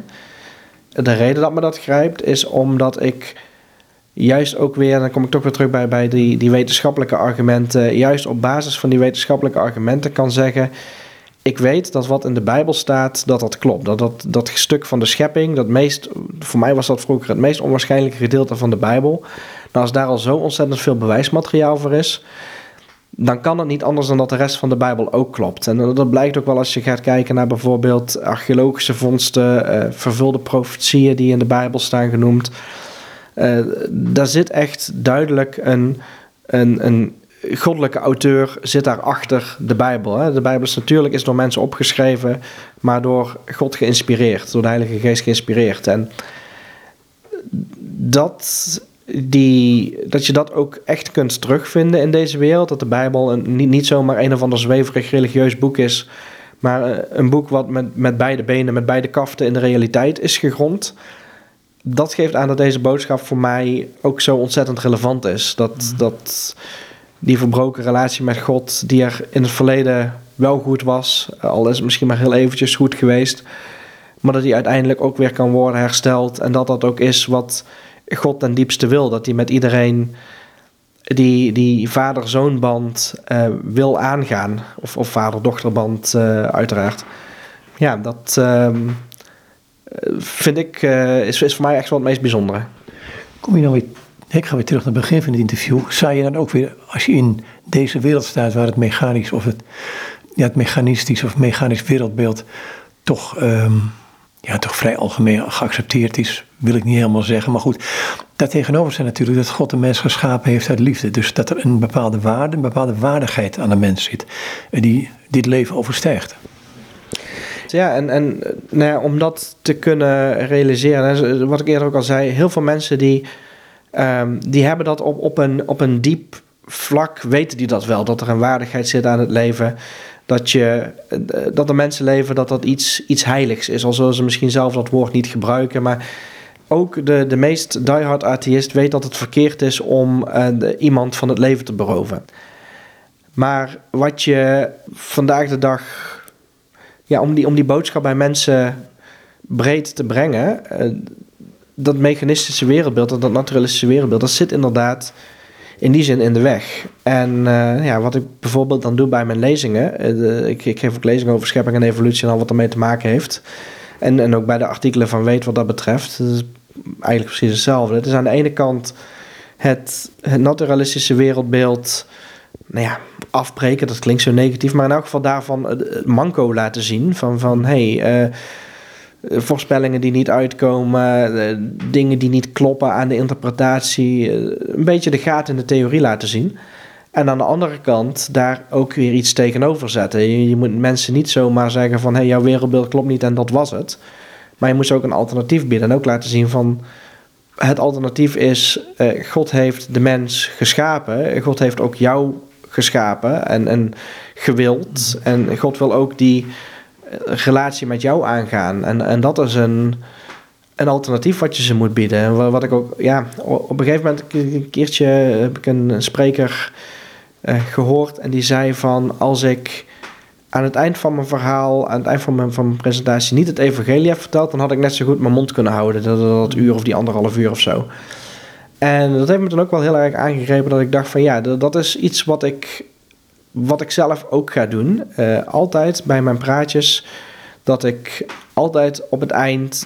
De reden dat me dat grijpt is omdat ik juist ook weer, dan kom ik toch weer terug bij, bij die, die wetenschappelijke argumenten, juist op basis van die wetenschappelijke argumenten kan zeggen, ik weet dat wat in de Bijbel staat, dat dat klopt. Dat, dat, dat stuk van de schepping, dat meest, voor mij was dat vroeger het meest onwaarschijnlijke gedeelte van de Bijbel. Nou, als daar al zo ontzettend veel bewijsmateriaal voor is, dan kan het niet anders dan dat de rest van de Bijbel ook klopt. En dat blijkt ook wel als je gaat kijken naar bijvoorbeeld archeologische vondsten, uh, vervulde profetieën die in de Bijbel staan genoemd. Uh, daar zit echt duidelijk een, een, een goddelijke auteur zit daar achter de Bijbel. Hè. De Bijbel is natuurlijk is door mensen opgeschreven, maar door God geïnspireerd, door de Heilige Geest geïnspireerd. En dat, die, dat je dat ook echt kunt terugvinden in deze wereld, dat de Bijbel een, niet, niet zomaar een of ander zweverig religieus boek is, maar een boek wat met, met beide benen, met beide kaften in de realiteit is gegrond. Dat geeft aan dat deze boodschap voor mij ook zo ontzettend relevant is. Dat, mm. dat die verbroken relatie met God, die er in het verleden wel goed was, al is het misschien maar heel eventjes goed geweest, maar dat die uiteindelijk ook weer kan worden hersteld. En dat dat ook is wat God ten diepste wil. Dat hij met iedereen die, die vader-zoonband uh, wil aangaan. Of, of vader-dochterband uh, uiteraard. Ja, dat Uh, vind ik, uh, is, is voor mij echt wel het meest bijzondere. Kom je nou weer, ik ga weer terug naar het begin van het interview. Zou je dan ook weer, als je in deze wereld staat waar het mechanisch of het, ja, het mechanistisch of mechanisch wereldbeeld toch, um, ja, toch vrij algemeen geaccepteerd is, wil ik niet helemaal zeggen. Maar goed, daartegenover zijn natuurlijk dat God de mens geschapen heeft uit liefde. Dus dat er een bepaalde waarde, een bepaalde waardigheid aan de mens zit, die dit leven overstijgt. Ja, en, en nou ja, om dat te kunnen realiseren, wat ik eerder ook al zei, heel veel mensen die, um, die hebben dat op, op, een, op een diep vlak, weten die dat wel, dat er een waardigheid zit aan het leven, dat, je, dat de mensen leven, dat dat iets, iets heiligs is, al zullen ze misschien zelf dat woord niet gebruiken, maar ook de, de meest diehard atheïst weet dat het verkeerd is om uh, de, iemand van het leven te beroven. Maar wat je vandaag de dag, ja, om die, om die boodschap bij mensen breed te brengen, uh, dat mechanistische wereldbeeld, dat, dat naturalistische wereldbeeld, dat zit inderdaad in die zin in de weg. En uh, ja, wat ik bijvoorbeeld dan doe bij mijn lezingen... Uh, de, ik, ik geef ook lezingen over schepping en evolutie en al wat ermee te maken heeft. En, en ook bij de artikelen van Weet wat dat betreft. Het is eigenlijk precies hetzelfde. Het is aan de ene kant het, het naturalistische wereldbeeld... Nou ja, afbreken, dat klinkt zo negatief... maar in elk geval daarvan het manco laten zien. Van, van hey... Uh, voorspellingen die niet uitkomen, dingen die niet kloppen aan de interpretatie, een beetje de gaten in de theorie laten zien. En aan de andere kant daar ook weer iets tegenover zetten. Je, je moet mensen niet zomaar zeggen van, hey, jouw wereldbeeld klopt niet en dat was het. Maar je moet ze ook een alternatief bieden en ook laten zien van, het alternatief is, uh, God heeft de mens geschapen, God heeft ook jou geschapen en, en gewild. En God wil ook die relatie met jou aangaan. En, en dat is een, een alternatief wat je ze moet bieden. Wat ik ook, ja, op een gegeven moment een keertje heb ik een spreker uh, gehoord en die zei van, als ik aan het eind van mijn verhaal, aan het eind van mijn, van mijn presentatie niet het evangelie heb verteld, dan had ik net zo goed mijn mond kunnen houden. Dat, dat uur of die anderhalf uur of zo. En dat heeft me dan ook wel heel erg aangegrepen dat ik dacht van ja, dat, dat is iets wat ik Wat ik zelf ook ga doen, uh, altijd bij mijn praatjes, dat ik altijd op het eind,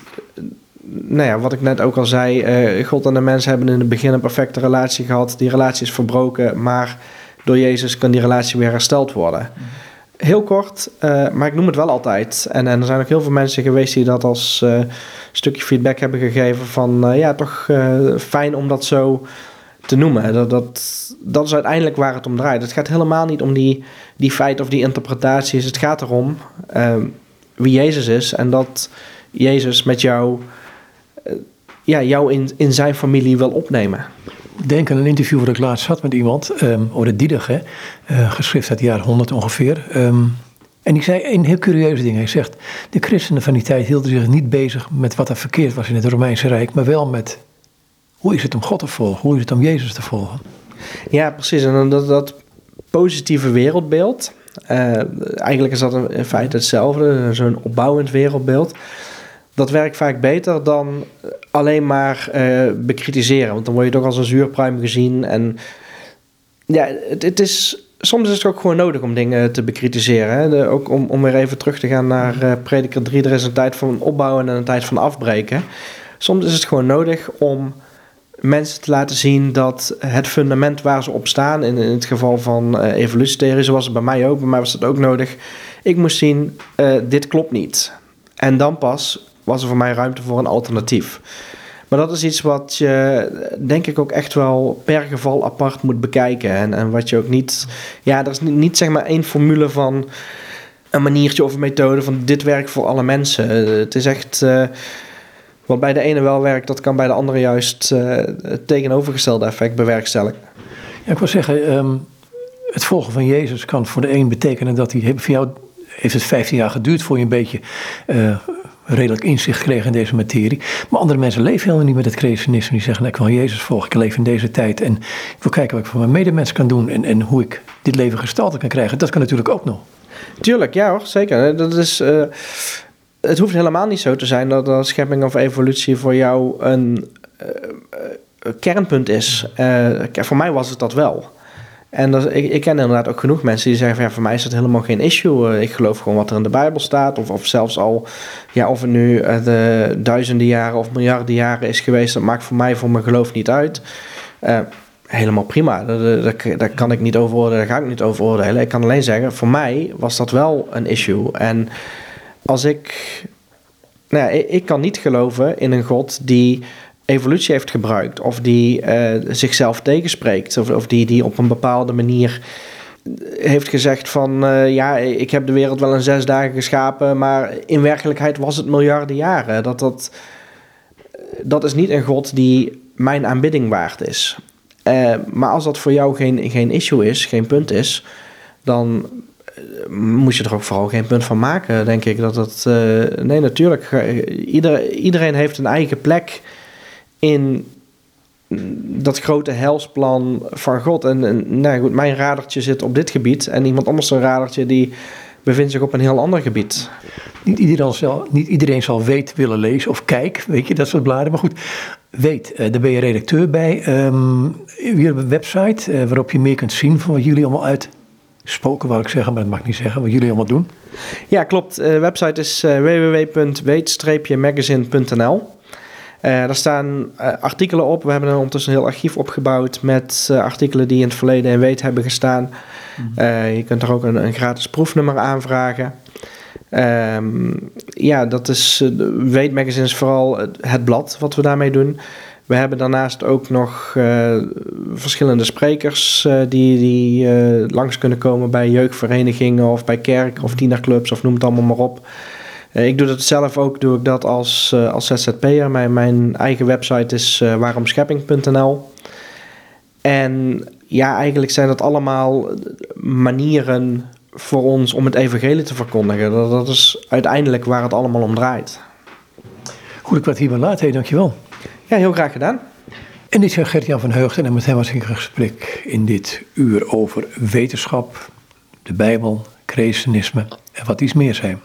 nou ja, wat ik net ook al zei, uh, God en de mens hebben in het begin een perfecte relatie gehad. Die relatie is verbroken, maar door Jezus kan die relatie weer hersteld worden. Heel kort, uh, maar ik noem het wel altijd. En, en er zijn ook heel veel mensen geweest die dat als uh, stukje feedback hebben gegeven van, uh, ja, toch uh, fijn om dat zo te noemen. Dat, dat, dat is uiteindelijk waar het om draait. Het gaat helemaal niet om die, die feiten of die interpretaties. Het gaat erom uh, wie Jezus is en dat Jezus met jou, uh, ja, jou in, in zijn familie wil opnemen. Denk aan een interview wat ik laatst had met iemand, um, over de Diedig, hè, uh, geschrift uit het jaar honderd ongeveer. Um, en die zei een heel curieuze ding. Hij zegt, de christenen van die tijd hielden zich niet bezig met wat er verkeerd was in het Romeinse Rijk, maar wel met hoe is het om God te volgen, hoe is het om Jezus te volgen. Ja, precies. En dat, dat positieve wereldbeeld, uh, eigenlijk is dat in feite hetzelfde, zo'n opbouwend wereldbeeld. Dat werkt vaak beter dan alleen maar uh, bekritiseren. Want dan word je toch als een zuurpruim gezien. En ja, het, het is, soms is het ook gewoon nodig om dingen te bekritiseren. Hè? De, ook om, om weer even terug te gaan naar uh, Prediker drie. Er is een tijd van opbouwen en een tijd van afbreken. Soms is het gewoon nodig om mensen te laten zien dat het fundament waar ze op staan, in, in het geval van uh, evolutietheorie, zoals het bij mij ook, bij mij was het ook nodig. Ik moest zien, uh, dit klopt niet. En dan pas was er voor mij ruimte voor een alternatief. Maar dat is iets wat je, denk ik, ook echt wel per geval apart moet bekijken. En, en wat je ook niet, ja, er is niet, niet zeg maar één formule van een maniertje of een methode van dit werkt voor alle mensen. Uh, het is echt, uh, wat bij de ene wel werkt, dat kan bij de andere juist uh, het tegenovergestelde effect bewerkstelligen. Ja, ik wil zeggen, um, het volgen van Jezus kan voor de een betekenen dat hij, voor jou heeft het vijftien jaar geduurd voor je een beetje uh, redelijk inzicht kreeg in deze materie. Maar andere mensen leven helemaal niet met het creationisme. Die zeggen, ik wil Jezus volgen, ik leef in deze tijd en ik wil kijken wat ik voor mijn medemens kan doen en, en hoe ik dit leven gestalte kan krijgen. Dat kan natuurlijk ook nog. Tuurlijk, ja hoor, zeker. Dat is, uh, het hoeft helemaal niet zo te zijn dat, dat schepping of evolutie voor jou een uh, uh, kernpunt is. Uh, voor mij was het dat wel. En dat, ik, ik ken inderdaad ook genoeg mensen die zeggen van ja, voor mij is het helemaal geen issue. Uh, ik geloof gewoon wat er in de Bijbel staat. Of, of zelfs al, ja, of het nu uh, de duizenden jaren of miljarden jaren is geweest, dat maakt voor mij voor mijn geloof niet uit. Uh, helemaal prima. Daar, daar, daar kan ik niet over oordelen, daar ga ik niet over oordelen. Ik kan alleen zeggen, voor mij was dat wel een issue. En als ik, nou ja, ik, ik kan niet geloven in een God die evolutie heeft gebruikt, of die uh, zichzelf tegenspreekt, of, of die, die op een bepaalde manier heeft gezegd van uh, ja, ik heb de wereld wel in zes dagen geschapen, maar in werkelijkheid was het miljarden jaren. Dat, dat, dat is niet een God die mijn aanbidding waard is. Uh, maar als dat voor jou geen, geen issue is, geen punt is, dan moet je er ook vooral geen punt van maken, denk ik. Dat het, uh, nee, natuurlijk, ieder, iedereen heeft een eigen plek in dat grote heilsplan van God. En, en nou goed, mijn radertje zit op dit gebied en iemand anders een radertje die bevindt zich op een heel ander gebied. Niet iedereen zal, niet iedereen zal Weet willen lezen of Kijk, weet je, dat soort bladen. Maar goed, Weet, uh, daar ben je redacteur bij. Um, jullie hebben een website uh, waarop je meer kunt zien van wat jullie allemaal uitspoken, wou ik zeggen, maar dat mag ik niet zeggen, wat jullie allemaal doen. Ja, klopt. De website is uh, w w w punt weet magazine punt n l. Uh, daar staan uh, artikelen op. We hebben er ondertussen een heel archief opgebouwd met uh, artikelen die in het verleden in Weet hebben gestaan. Mm-hmm. Uh, je kunt er ook een, een gratis proefnummer aanvragen. Um, ja, dat is uh, Weet Magazine is vooral het blad wat we daarmee doen. We hebben daarnaast ook nog uh, verschillende sprekers uh, die, die uh, langs kunnen komen bij jeugdverenigingen of bij kerk of tienerclubs of noem het allemaal maar op. Uh, ik doe dat zelf ook, doe ik dat als, uh, als Z Z P'er. Mijn, mijn eigen website is uh, waaromschepping punt n l. En ja, eigenlijk zijn dat allemaal manieren voor ons om het evangelie te verkondigen. Dat, dat is uiteindelijk waar het allemaal om draait. Goed, ik wat hierbij laat. Hey, dankjewel. Ja, heel graag gedaan. En dit is Gert-Jan van Heugden en met hem was ik in gesprek in dit uur over wetenschap, de Bijbel, creationisme en wat iets meer zijn.